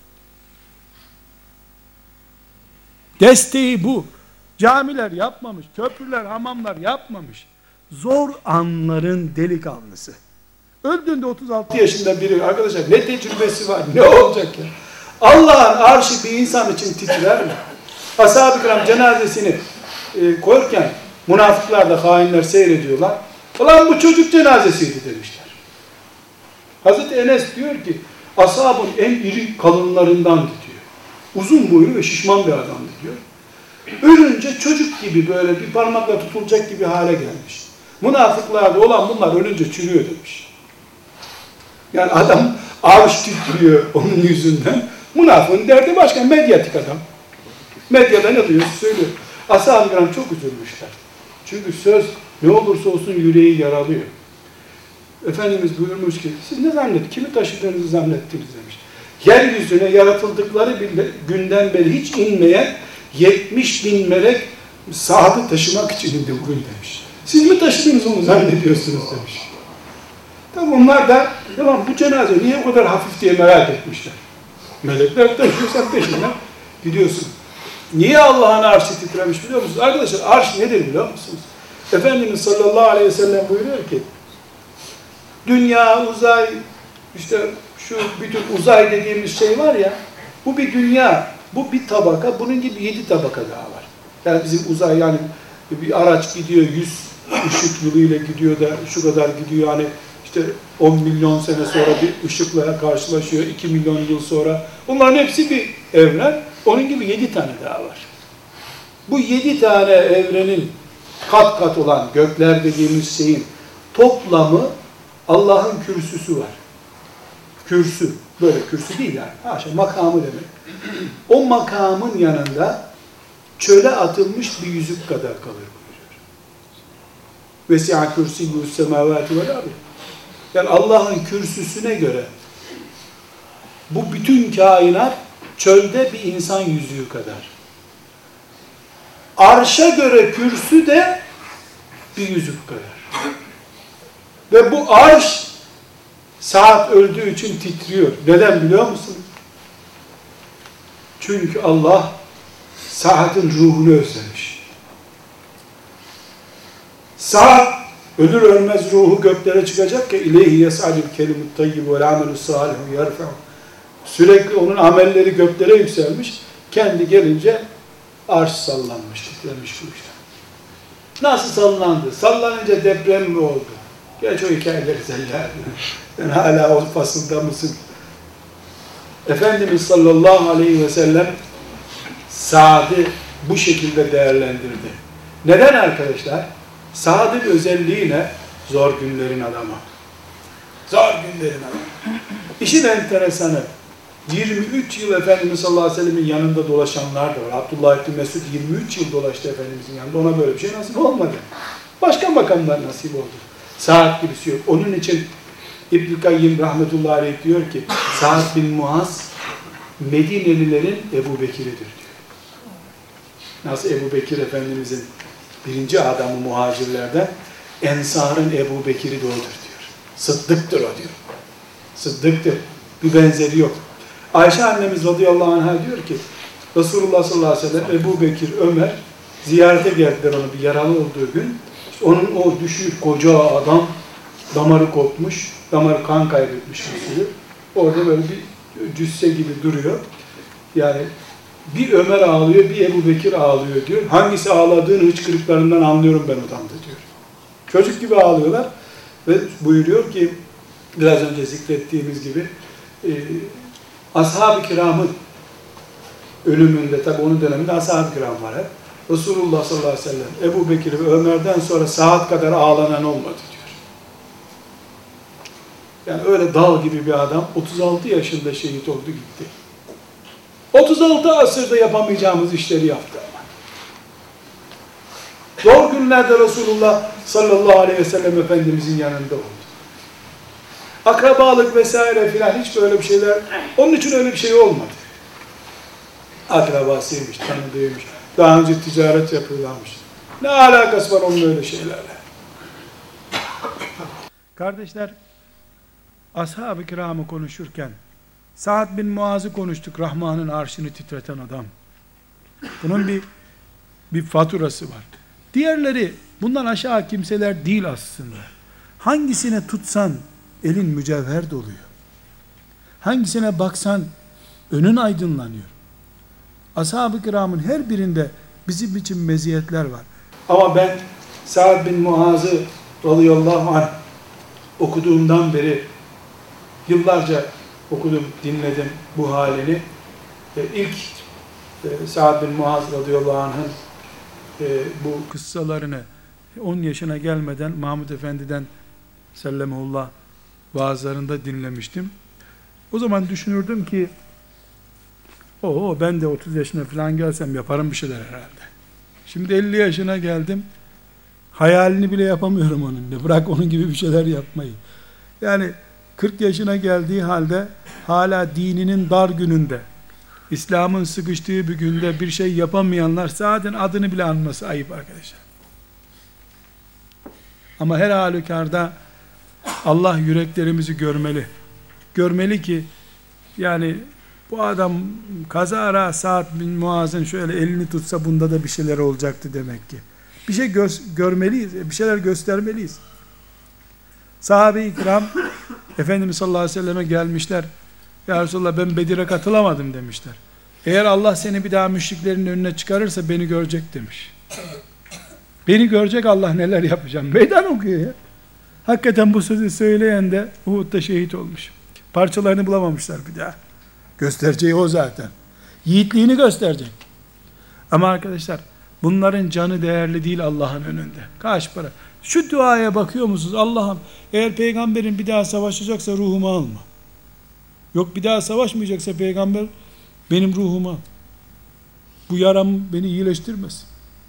Desteği bu. Camiler yapmamış, köprüler, hamamlar yapmamış. Zor anların delikanlısı. Öldüğünde 36 yaşında biri, arkadaşlar ne tecrübesi var, ne olacak ya? Allah'ın arşı bir insan için titrer mi? Ashab-ı kiram cenazesini koyarken münafıklar da hainler seyrediyorlar. Ulan bu çocuk cenazesiydi demişler. Hazreti Enes diyor ki ashabın en iri kalınlarındandı diyor. Uzun boylu ve şişman bir adamdı diyor. Ölünce çocuk gibi böyle bir parmakla tutulacak gibi hale gelmiş. Münafıklarda olan bunlar ölünce çürüyor demiş. Yani adam arş titriyor onun yüzünden. Münafığın derdi başka, medyatik adam. Medyada ne duyuyorsa söylüyor. Ashab-ı kiram çok üzülmüşler. Çünkü söz ne olursa olsun yüreği yaralıyor. Efendimiz buyurmuş ki siz ne zannettiniz? Kimi taşıdığınızı zannettiniz demiş. Yeryüzüne yaratıldıkları günden beri hiç inmeyen 70 bin melek Sa'd'ı taşımak için indi bugün demiş. Siz mi taşıdınız onu zannediyorsunuz demiş. Tabi onlar da tamam bu cenaze niye o kadar hafif diye merak etmişler. Melekler taşıyorsan peşinden gidiyorsun. Niye Allah'ın arşı titremiş biliyor musunuz? Arkadaşlar arş nedir biliyor musunuz? Efendimiz sallallahu aleyhi ve sellem buyuruyor ki dünya, uzay, işte şu bütün uzay dediğimiz şey var ya, bu bir dünya, bu bir tabaka, bunun gibi 7 tabaka daha var. Yani bizim uzay, yani bir araç gidiyor 100 ışık yılıyla gidiyor da şu kadar gidiyor, hani işte 10 milyon sene sonra bir ışıkla karşılaşıyor, 2 milyon yıl sonra. Bunların hepsi bir evren, onun gibi 7 tane daha var. Bu 7 tane evrenin kat kat olan gökler dediğimiz şeyin toplamı Allah'ın kürsüsü var. Kürsü, böyle kürsü değil yani. Haşa, makamı demek. O makamın yanında çöle atılmış bir yüzük kadar kalır buyuruyor. Vesi'a kürsiyyus semavati vel ardı. Yani Allah'ın kürsüsüne göre bu bütün kainat çölde bir insan yüzüğü kadar. Arşa göre kürsü de bir yüzük kadar. Ve bu arş saat öldüğü için titriyor. Neden biliyor musun? Çünkü Allah saatin ruhunu özlemiş. Saat ölür ölmez ruhu göklere çıkacak ki ileyhi yes'alul kelimut tayyib vel amelus salihu yerfa'u. Sürekli onun amelleri göklere yükselmiş. Kendi gelince arş sallanmış, titremiş bu işte. Nasıl sallandı? Sallanınca deprem mi oldu? Geç o hikayeleri zeller. Sen hala o fasılda mısın? Efendimiz sallallahu aleyhi ve sellem saati bu şekilde değerlendirdi. Neden arkadaşlar? Saad'ın özelliği ne? Zor günlerin adamı. Zor günlerin adamı. İşin enteresanı, 23 yıl Efendimiz sallallahu aleyhi ve sellemin yanında dolaşanlar da var. Abdullah ibn Mesud 23 yıl dolaştı Efendimizin yanında. Ona böyle bir şey nasip olmadı. Başka makamlar nasip oldu. Saat gibisi yok. Onun için İbn-i Kayyim rahmetullahi aleyh diyor ki Sa'd bin Muaz Medinelilerin Ebu Bekir'idir diyor. Nasıl Ebu Bekir Efendimizin birinci adamı muhacirlerden, Ensar'ın Ebu Bekir'i de odur diyor. Sıddıktır o diyor. Sıddıktır. Bir benzeri yok. Ayşe annemiz radıyallahu anh'a diyor ki Resulullah sallallahu aleyhi ve sellem, Ebu Bekir, Ömer ziyarete geldiler onu bir yaralı olduğu gün. İşte onun o düşük koca adam damarı kopmuş, damarı kan kaybetmiş mesela. Orada böyle bir cüsse gibi duruyor. Yani bir Ömer ağlıyor, bir Ebu Bekir ağlıyor diyor. Hangisi ağladığını hıçkırıklarından anlıyorum ben odamda diyor. Çocuk gibi ağlıyorlar ve buyuruyor ki biraz önce zikrettiğimiz gibi ashab-ı kiramın ölümünde, tabi onun döneminde ashab-ı kiram var hep. Resulullah sallallahu aleyhi ve sellem Ebu Bekir ve Ömer'den sonra saat kadar ağlanan olmadı diyor. Yani öyle dağ gibi bir adam 36 yaşında şehit oldu gitti. 36 asırda yapamayacağımız işleri yaptı ama. Zor günlerde Resulullah sallallahu aleyhi ve sellem Efendimizin yanında oldu. Akrabalık vesaire filan hiç böyle bir şeyler, onun için öyle bir şey olmadı. Akrabasıymış, tanıdığıymış, daha önce ticaret yapıyorlarmış. Ne alakası var onun öyle şeylerle? Kardeşler, ashab-ı kiramı konuşurken Sa'd bin Muaz'ı konuştuk, Rahman'ın arşını titreten adam. Bunun bir faturası var. Diğerleri bundan aşağı kimseler değil aslında. Hangisine tutsan elin mücevher doluyor. Hangisine baksan önün aydınlanıyor. Ashab-ı kiramın her birinde bizim için meziyetler var. Ama ben Sa'd bin Muaz'ı radıyallahu anh okuduğumdan beri yıllarca okudum, dinledim bu halini. İlk Sa'd bin Muaz radıyallahu anh'ın bu kıssalarını 10 yaşına gelmeden Mahmud Efendi'den sellemullah vaazlarında dinlemiştim. O zaman düşünürdüm ki ben de 30 yaşına falan gelsem yaparım bir şeyler herhalde. Şimdi 50 yaşına geldim. Hayalini bile yapamıyorum onunla. Bırak onun gibi bir şeyler yapmayı. Yani 40 yaşına geldiği halde hala dininin dar gününde, İslam'ın sıkıştığı bir günde bir şey yapamayanlar zaten adını bile anması ayıp arkadaşlar. Ama her halükarda Allah yüreklerimizi görmeli. Görmeli ki yani bu adam kazara Sa'd bin Muaz'ın şöyle elini tutsa bunda da bir şeyler olacaktı demek ki. Bir şey görmeliyiz, bir şeyler göstermeliyiz. Sahabe-i kiram Efendimiz sallallahu aleyhi ve selleme gelmişler. Ya Resulallah ben Bedir'e katılamadım demişler. Eğer Allah seni bir daha müşriklerin önüne çıkarırsa beni görecek demiş. Beni görecek Allah neler yapacağım. Meydan okuyor ya. Hakikaten bu sözü söyleyen de Uhud'da şehit olmuş. Parçalarını bulamamışlar bir daha. Göstereceği o zaten. Yiğitliğini gösterecek. Ama arkadaşlar bunların canı değerli değil Allah'ın önünde. Kaç para? Şu duaya bakıyor musunuz? Allah'ım eğer peygamberin bir daha savaşacaksa ruhumu alma. Yok bir daha savaşmayacaksa peygamber benim ruhumu al. Bu yaram beni iyileştirmez.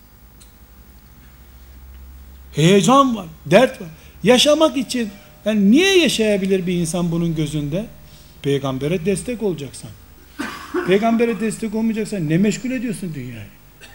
Heyecan var, dert var. Yaşamak için yani niye yaşayabilir bir insan bunun gözünde? Peygambere destek olacaksan. Peygambere destek olmayacaksan ne meşgul ediyorsun dünyayı?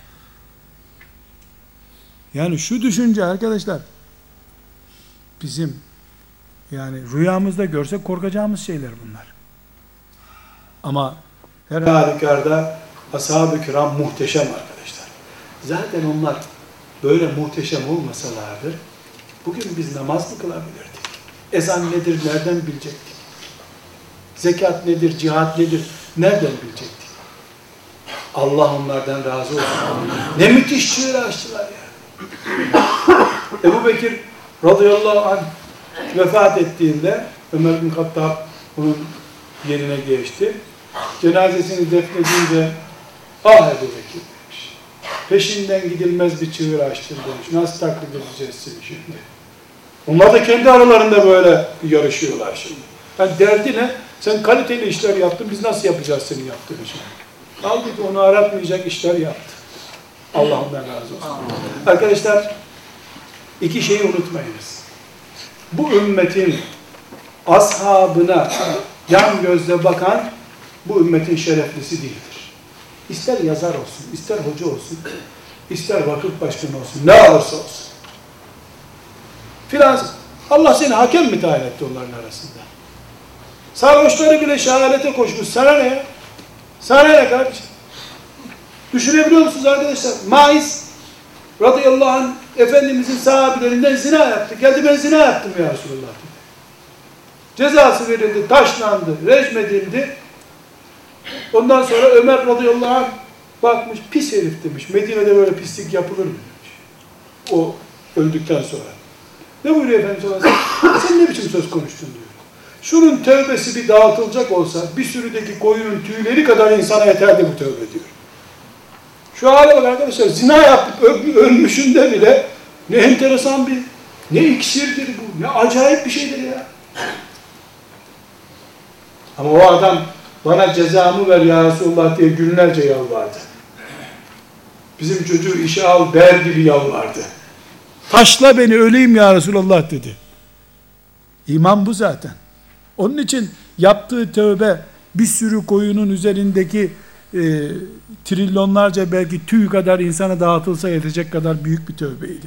Yani şu düşünce arkadaşlar bizim yani rüyamızda görsek korkacağımız şeyler bunlar. Ama her halükarda ashab-ı kiram muhteşem arkadaşlar. Zaten onlar böyle muhteşem olmasalardı bugün biz namaz mı kılabilirdik? Ezan nedir? Nereden bilecektik? Zekat nedir? Cihat nedir? Nereden bilecektik? Allah onlardan razı olsun. Ne müthiş çığır açtılar ya. Ebu Bekir radıyallahu anh vefat ettiğinde Ömer bin Hattab onun yerine geçti. Cenazesini defnedince Ebu Bekir demiş. Peşinden gidilmez bir çığır açtın demiş. Nasıl taklit edeceğiz seni şimdi? Onlar da kendi aralarında böyle yarışıyorlar şimdi. Yani derdi ne? Sen kaliteli işler yaptın, biz nasıl yapacağız senin yaptığın işi? Halbuki onu aratmayacak işler yaptı. Allah ondan razı olsun. Arkadaşlar, iki şeyi unutmayınız. Bu ümmetin ashabına yan gözle bakan bu ümmetin şereflisi değildir. İster yazar olsun, ister hoca olsun, ister vakıf başkanı olsun, ne olursa olsun. Filan, Allah seni hakem mi tayin etti onların arasında? Sarhoşları bile şehadete koşmuş. Sana ne ya? Sana ne kardeşim? Düşünebiliyor musunuz arkadaşlar? Maiz radıyallahu anh Efendimizin sahabilerinden zina yaptı. Geldi ben zina yaptım ya Resulullah dedi. Cezası verildi, taşlandı, rejim edildi. Ondan sonra Ömer radıyallahu anh bakmış, pis herif demiş. Medine'de böyle pislik yapılır mı demiş. O öldükten sonra. Ne buyuruyor Efendimiz sallallahu aleyhi ve sellem? Sen ne biçim söz konuştun diyor. Şunun tövbesi bir dağıtılacak olsa bir sürüdeki koyunun tüyleri kadar insana yeterdi bu tövbe diyor. Şu hale bak arkadaşlar, zina yaptık, ölmüşünde bile ne enteresan bir, ne iksirdir bu, ne acayip bir şeydir ya. Ama o adam bana cezamı ver ya Resulullah diye günlerce yalvardı. Bizim çocuğu işe al der gibi yalvardı. Taşla beni, öleyim ya Resulullah dedi. İman bu zaten. Onun için yaptığı tövbe bir sürü koyunun üzerindeki trilyonlarca belki tüy kadar insana dağıtılsa yetecek kadar büyük bir tövbeydi.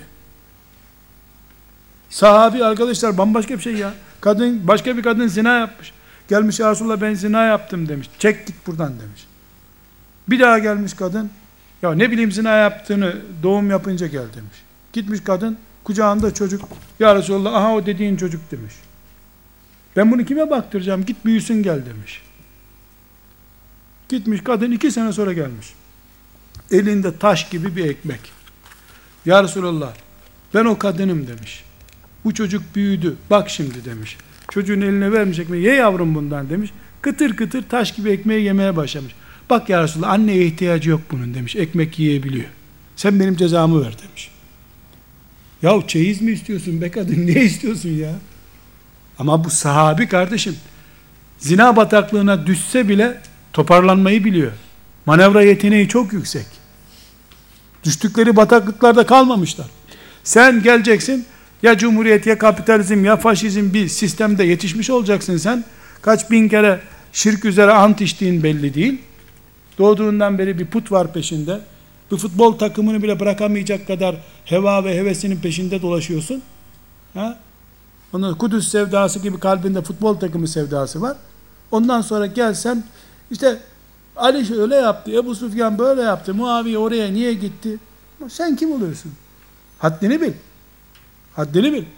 Sahabi arkadaşlar bambaşka bir şey ya. Kadın, başka bir kadın zina yapmış. Gelmiş ya Resulullah ben zina yaptım demiş. Çek git buradan demiş. Bir daha gelmiş kadın. Ya ne bileyim zina yaptığını, doğum yapınca gel demiş. Gitmiş kadın, kucağında çocuk. Ya Resulullah aha o dediğin çocuk demiş. Ben bunu kime baktıracağım? Git büyüsün gel demiş. Gitmiş kadın 2 sene sonra gelmiş. Elinde taş gibi bir ekmek. Ya Resulallah ben o kadınım demiş. Bu çocuk büyüdü. Bak şimdi demiş. Çocuğun eline vermiş ekmeği. Ye yavrum bundan demiş. Kıtır kıtır taş gibi ekmeği yemeye başlamış. Bak ya Resulallah anneye ihtiyacı yok bunun demiş. Ekmek yiyebiliyor. Sen benim cezamı ver demiş. Yahu çeyiz mi istiyorsun be kadın? Ne istiyorsun ya? Ama bu sahabi kardeşim zina bataklığına düşse bile toparlanmayı biliyor. Manevra yeteneği çok yüksek. Düştükleri bataklıklarda kalmamışlar. Sen geleceksin ya cumhuriyet ya kapitalizm ya faşizm bir sistemde yetişmiş olacaksın sen. Kaç bin kere şirk üzere ant içtiğin belli değil. Doğduğundan beri bir put var peşinde. Bir futbol takımını bile bırakamayacak kadar heva ve hevesinin peşinde dolaşıyorsun. Ha? Onun Kudüs sevdası gibi kalbinde futbol takımı sevdası var. Ondan sonra gelsen işte Ali şöyle yaptı, Ebu Süfyan böyle yaptı, Muaviye oraya niye gitti? Sen kim oluyorsun? Haddini bil. Haddini bil.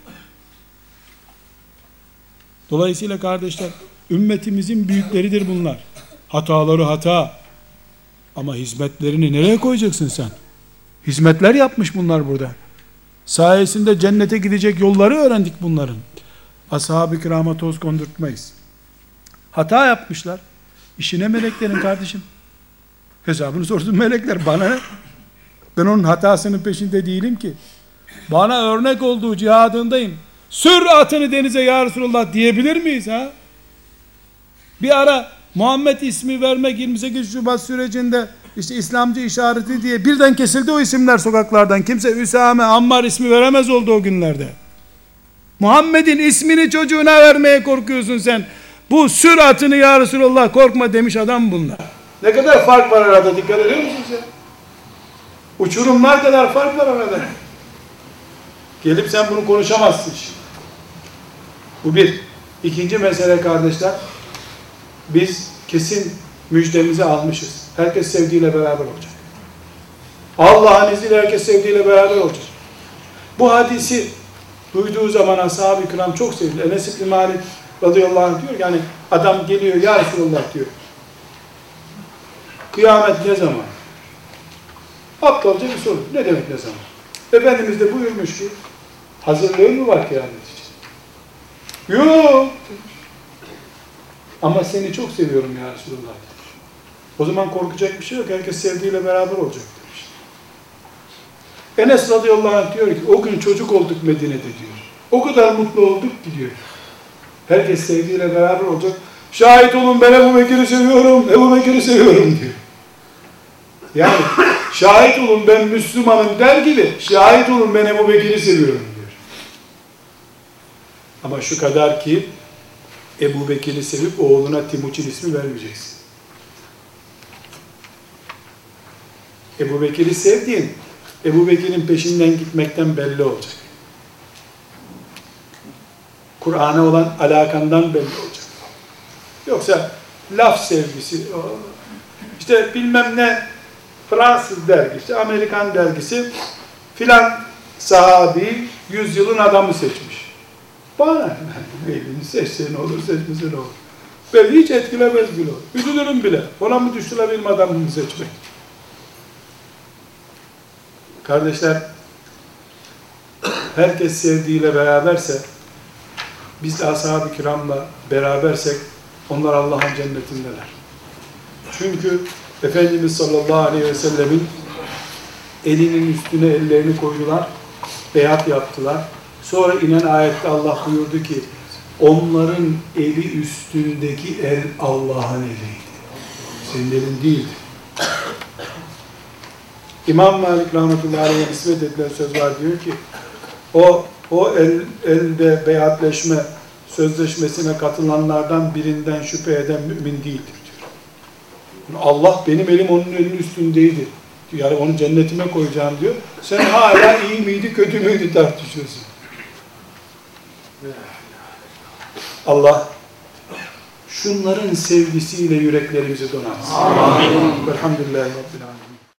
Dolayısıyla kardeşler, ümmetimizin büyükleridir bunlar. Hataları hata. Ama hizmetlerini nereye koyacaksın sen? Hizmetler yapmış bunlar burada. Sayesinde cennete gidecek yolları öğrendik bunların. Ashab-ı kirama toz kondurtmayız. Hata yapmışlar. İşine meleklerin kardeşim. Hesabını sorsun melekler. Bana ne? Ben onun hatasının peşinde değilim ki. Bana örnek olduğu cihadındayım. Sür atını denize ya Resulullah diyebilir miyiz ha? Bir ara Muhammed ismi vermek 28 Şubat sürecinde işte İslamcı işareti diye birden kesildi o isimler sokaklardan. Kimse Üsame, Ammar ismi veremez oldu o günlerde. Muhammed'in ismini çocuğuna vermeye korkuyorsun sen. Bu sür atını ya Resulullah korkma demiş adam bunlar. Ne kadar fark var arada, dikkat ediyor musunuz ya? Uçurumlar kadar fark var arada. Gelip sen bunu konuşamazsın şimdi. Bu bir. İkinci mesele kardeşler, biz kesin müjdemizi almışız. Herkes sevdiğiyle beraber olacak. Allah'ın izniyle herkes sevdiğiyle beraber olacak. Bu hadisi duyduğu zaman ashab-ı kiram çok sevdi. Enes İbn Malik radıyallahu anh diyor yani adam geliyor ya Resulullah diyor. Kıyamet ne zaman? Aptalca bir soru. Ne demek ne zaman? Efendimiz de buyurmuş ki hazırlığı mı var kıyamet için? Yok. Ama seni çok seviyorum ya Resulullah demiş. O zaman korkacak bir şey yok. Herkes sevdiğiyle beraber olacak demiş. Enes radıyallahu anh diyor ki o gün çocuk olduk Medine'de diyor. O kadar mutlu olduk ki diyor. Herkes sevdiğiyle beraber olacak. Şahit olun ben Ebu Bekir'i seviyorum, Ebu Bekir'i seviyorum diyor. Yani şahit olun ben Müslümanım der gibi şahit olun ben Ebu Bekir'i seviyorum diyor. Ama şu kadar ki Ebu Bekir'i sevip oğluna Timuçin ismi vermeyeceksin. Ebu Bekir'i sevdiğin Ebu Bekir'in peşinden gitmekten belli olacak. Kur'an'a olan alakandan belli olacak. Yoksa laf sevgisi, işte bilmem ne Fransız dergisi, Amerikan dergisi filan sahabi 100 yılın adamı seçmiş. Bana neyini seçse ne olur, seçmese ne olur. Beni hiç etkilemez bile o. Üzülürüm bile. Ona mı düştüler benim adamımı seçmek? Kardeşler, herkes sevdiğiyle beraberse, biz de ashab-ı kiramla berabersek, onlar Allah'ın cennetindeler. Çünkü Efendimiz sallallahu aleyhi ve sellemin elinin üstüne ellerini koydular, beyat yaptılar. Sonra inen ayette Allah buyurdu ki, onların eli üstündeki el Allah'ın eliydi. Senin elin değildi. İmam Malik rahmetullahi aleyh'e nispet edilen söz var, diyor ki, o elde beyatleşme sözleşmesine katılanlardan birinden şüphe eden mümin değildir diyor. Allah benim elim onun elinin üstündeydi. Yani onu cennetime koyacağım diyor. Sen hala iyi miydi kötü müydü tartışıyorsun. Allah şunların sevgisiyle yüreklerimizi donatsın. Amin. Elhamdülillahi Rabbil Alemin.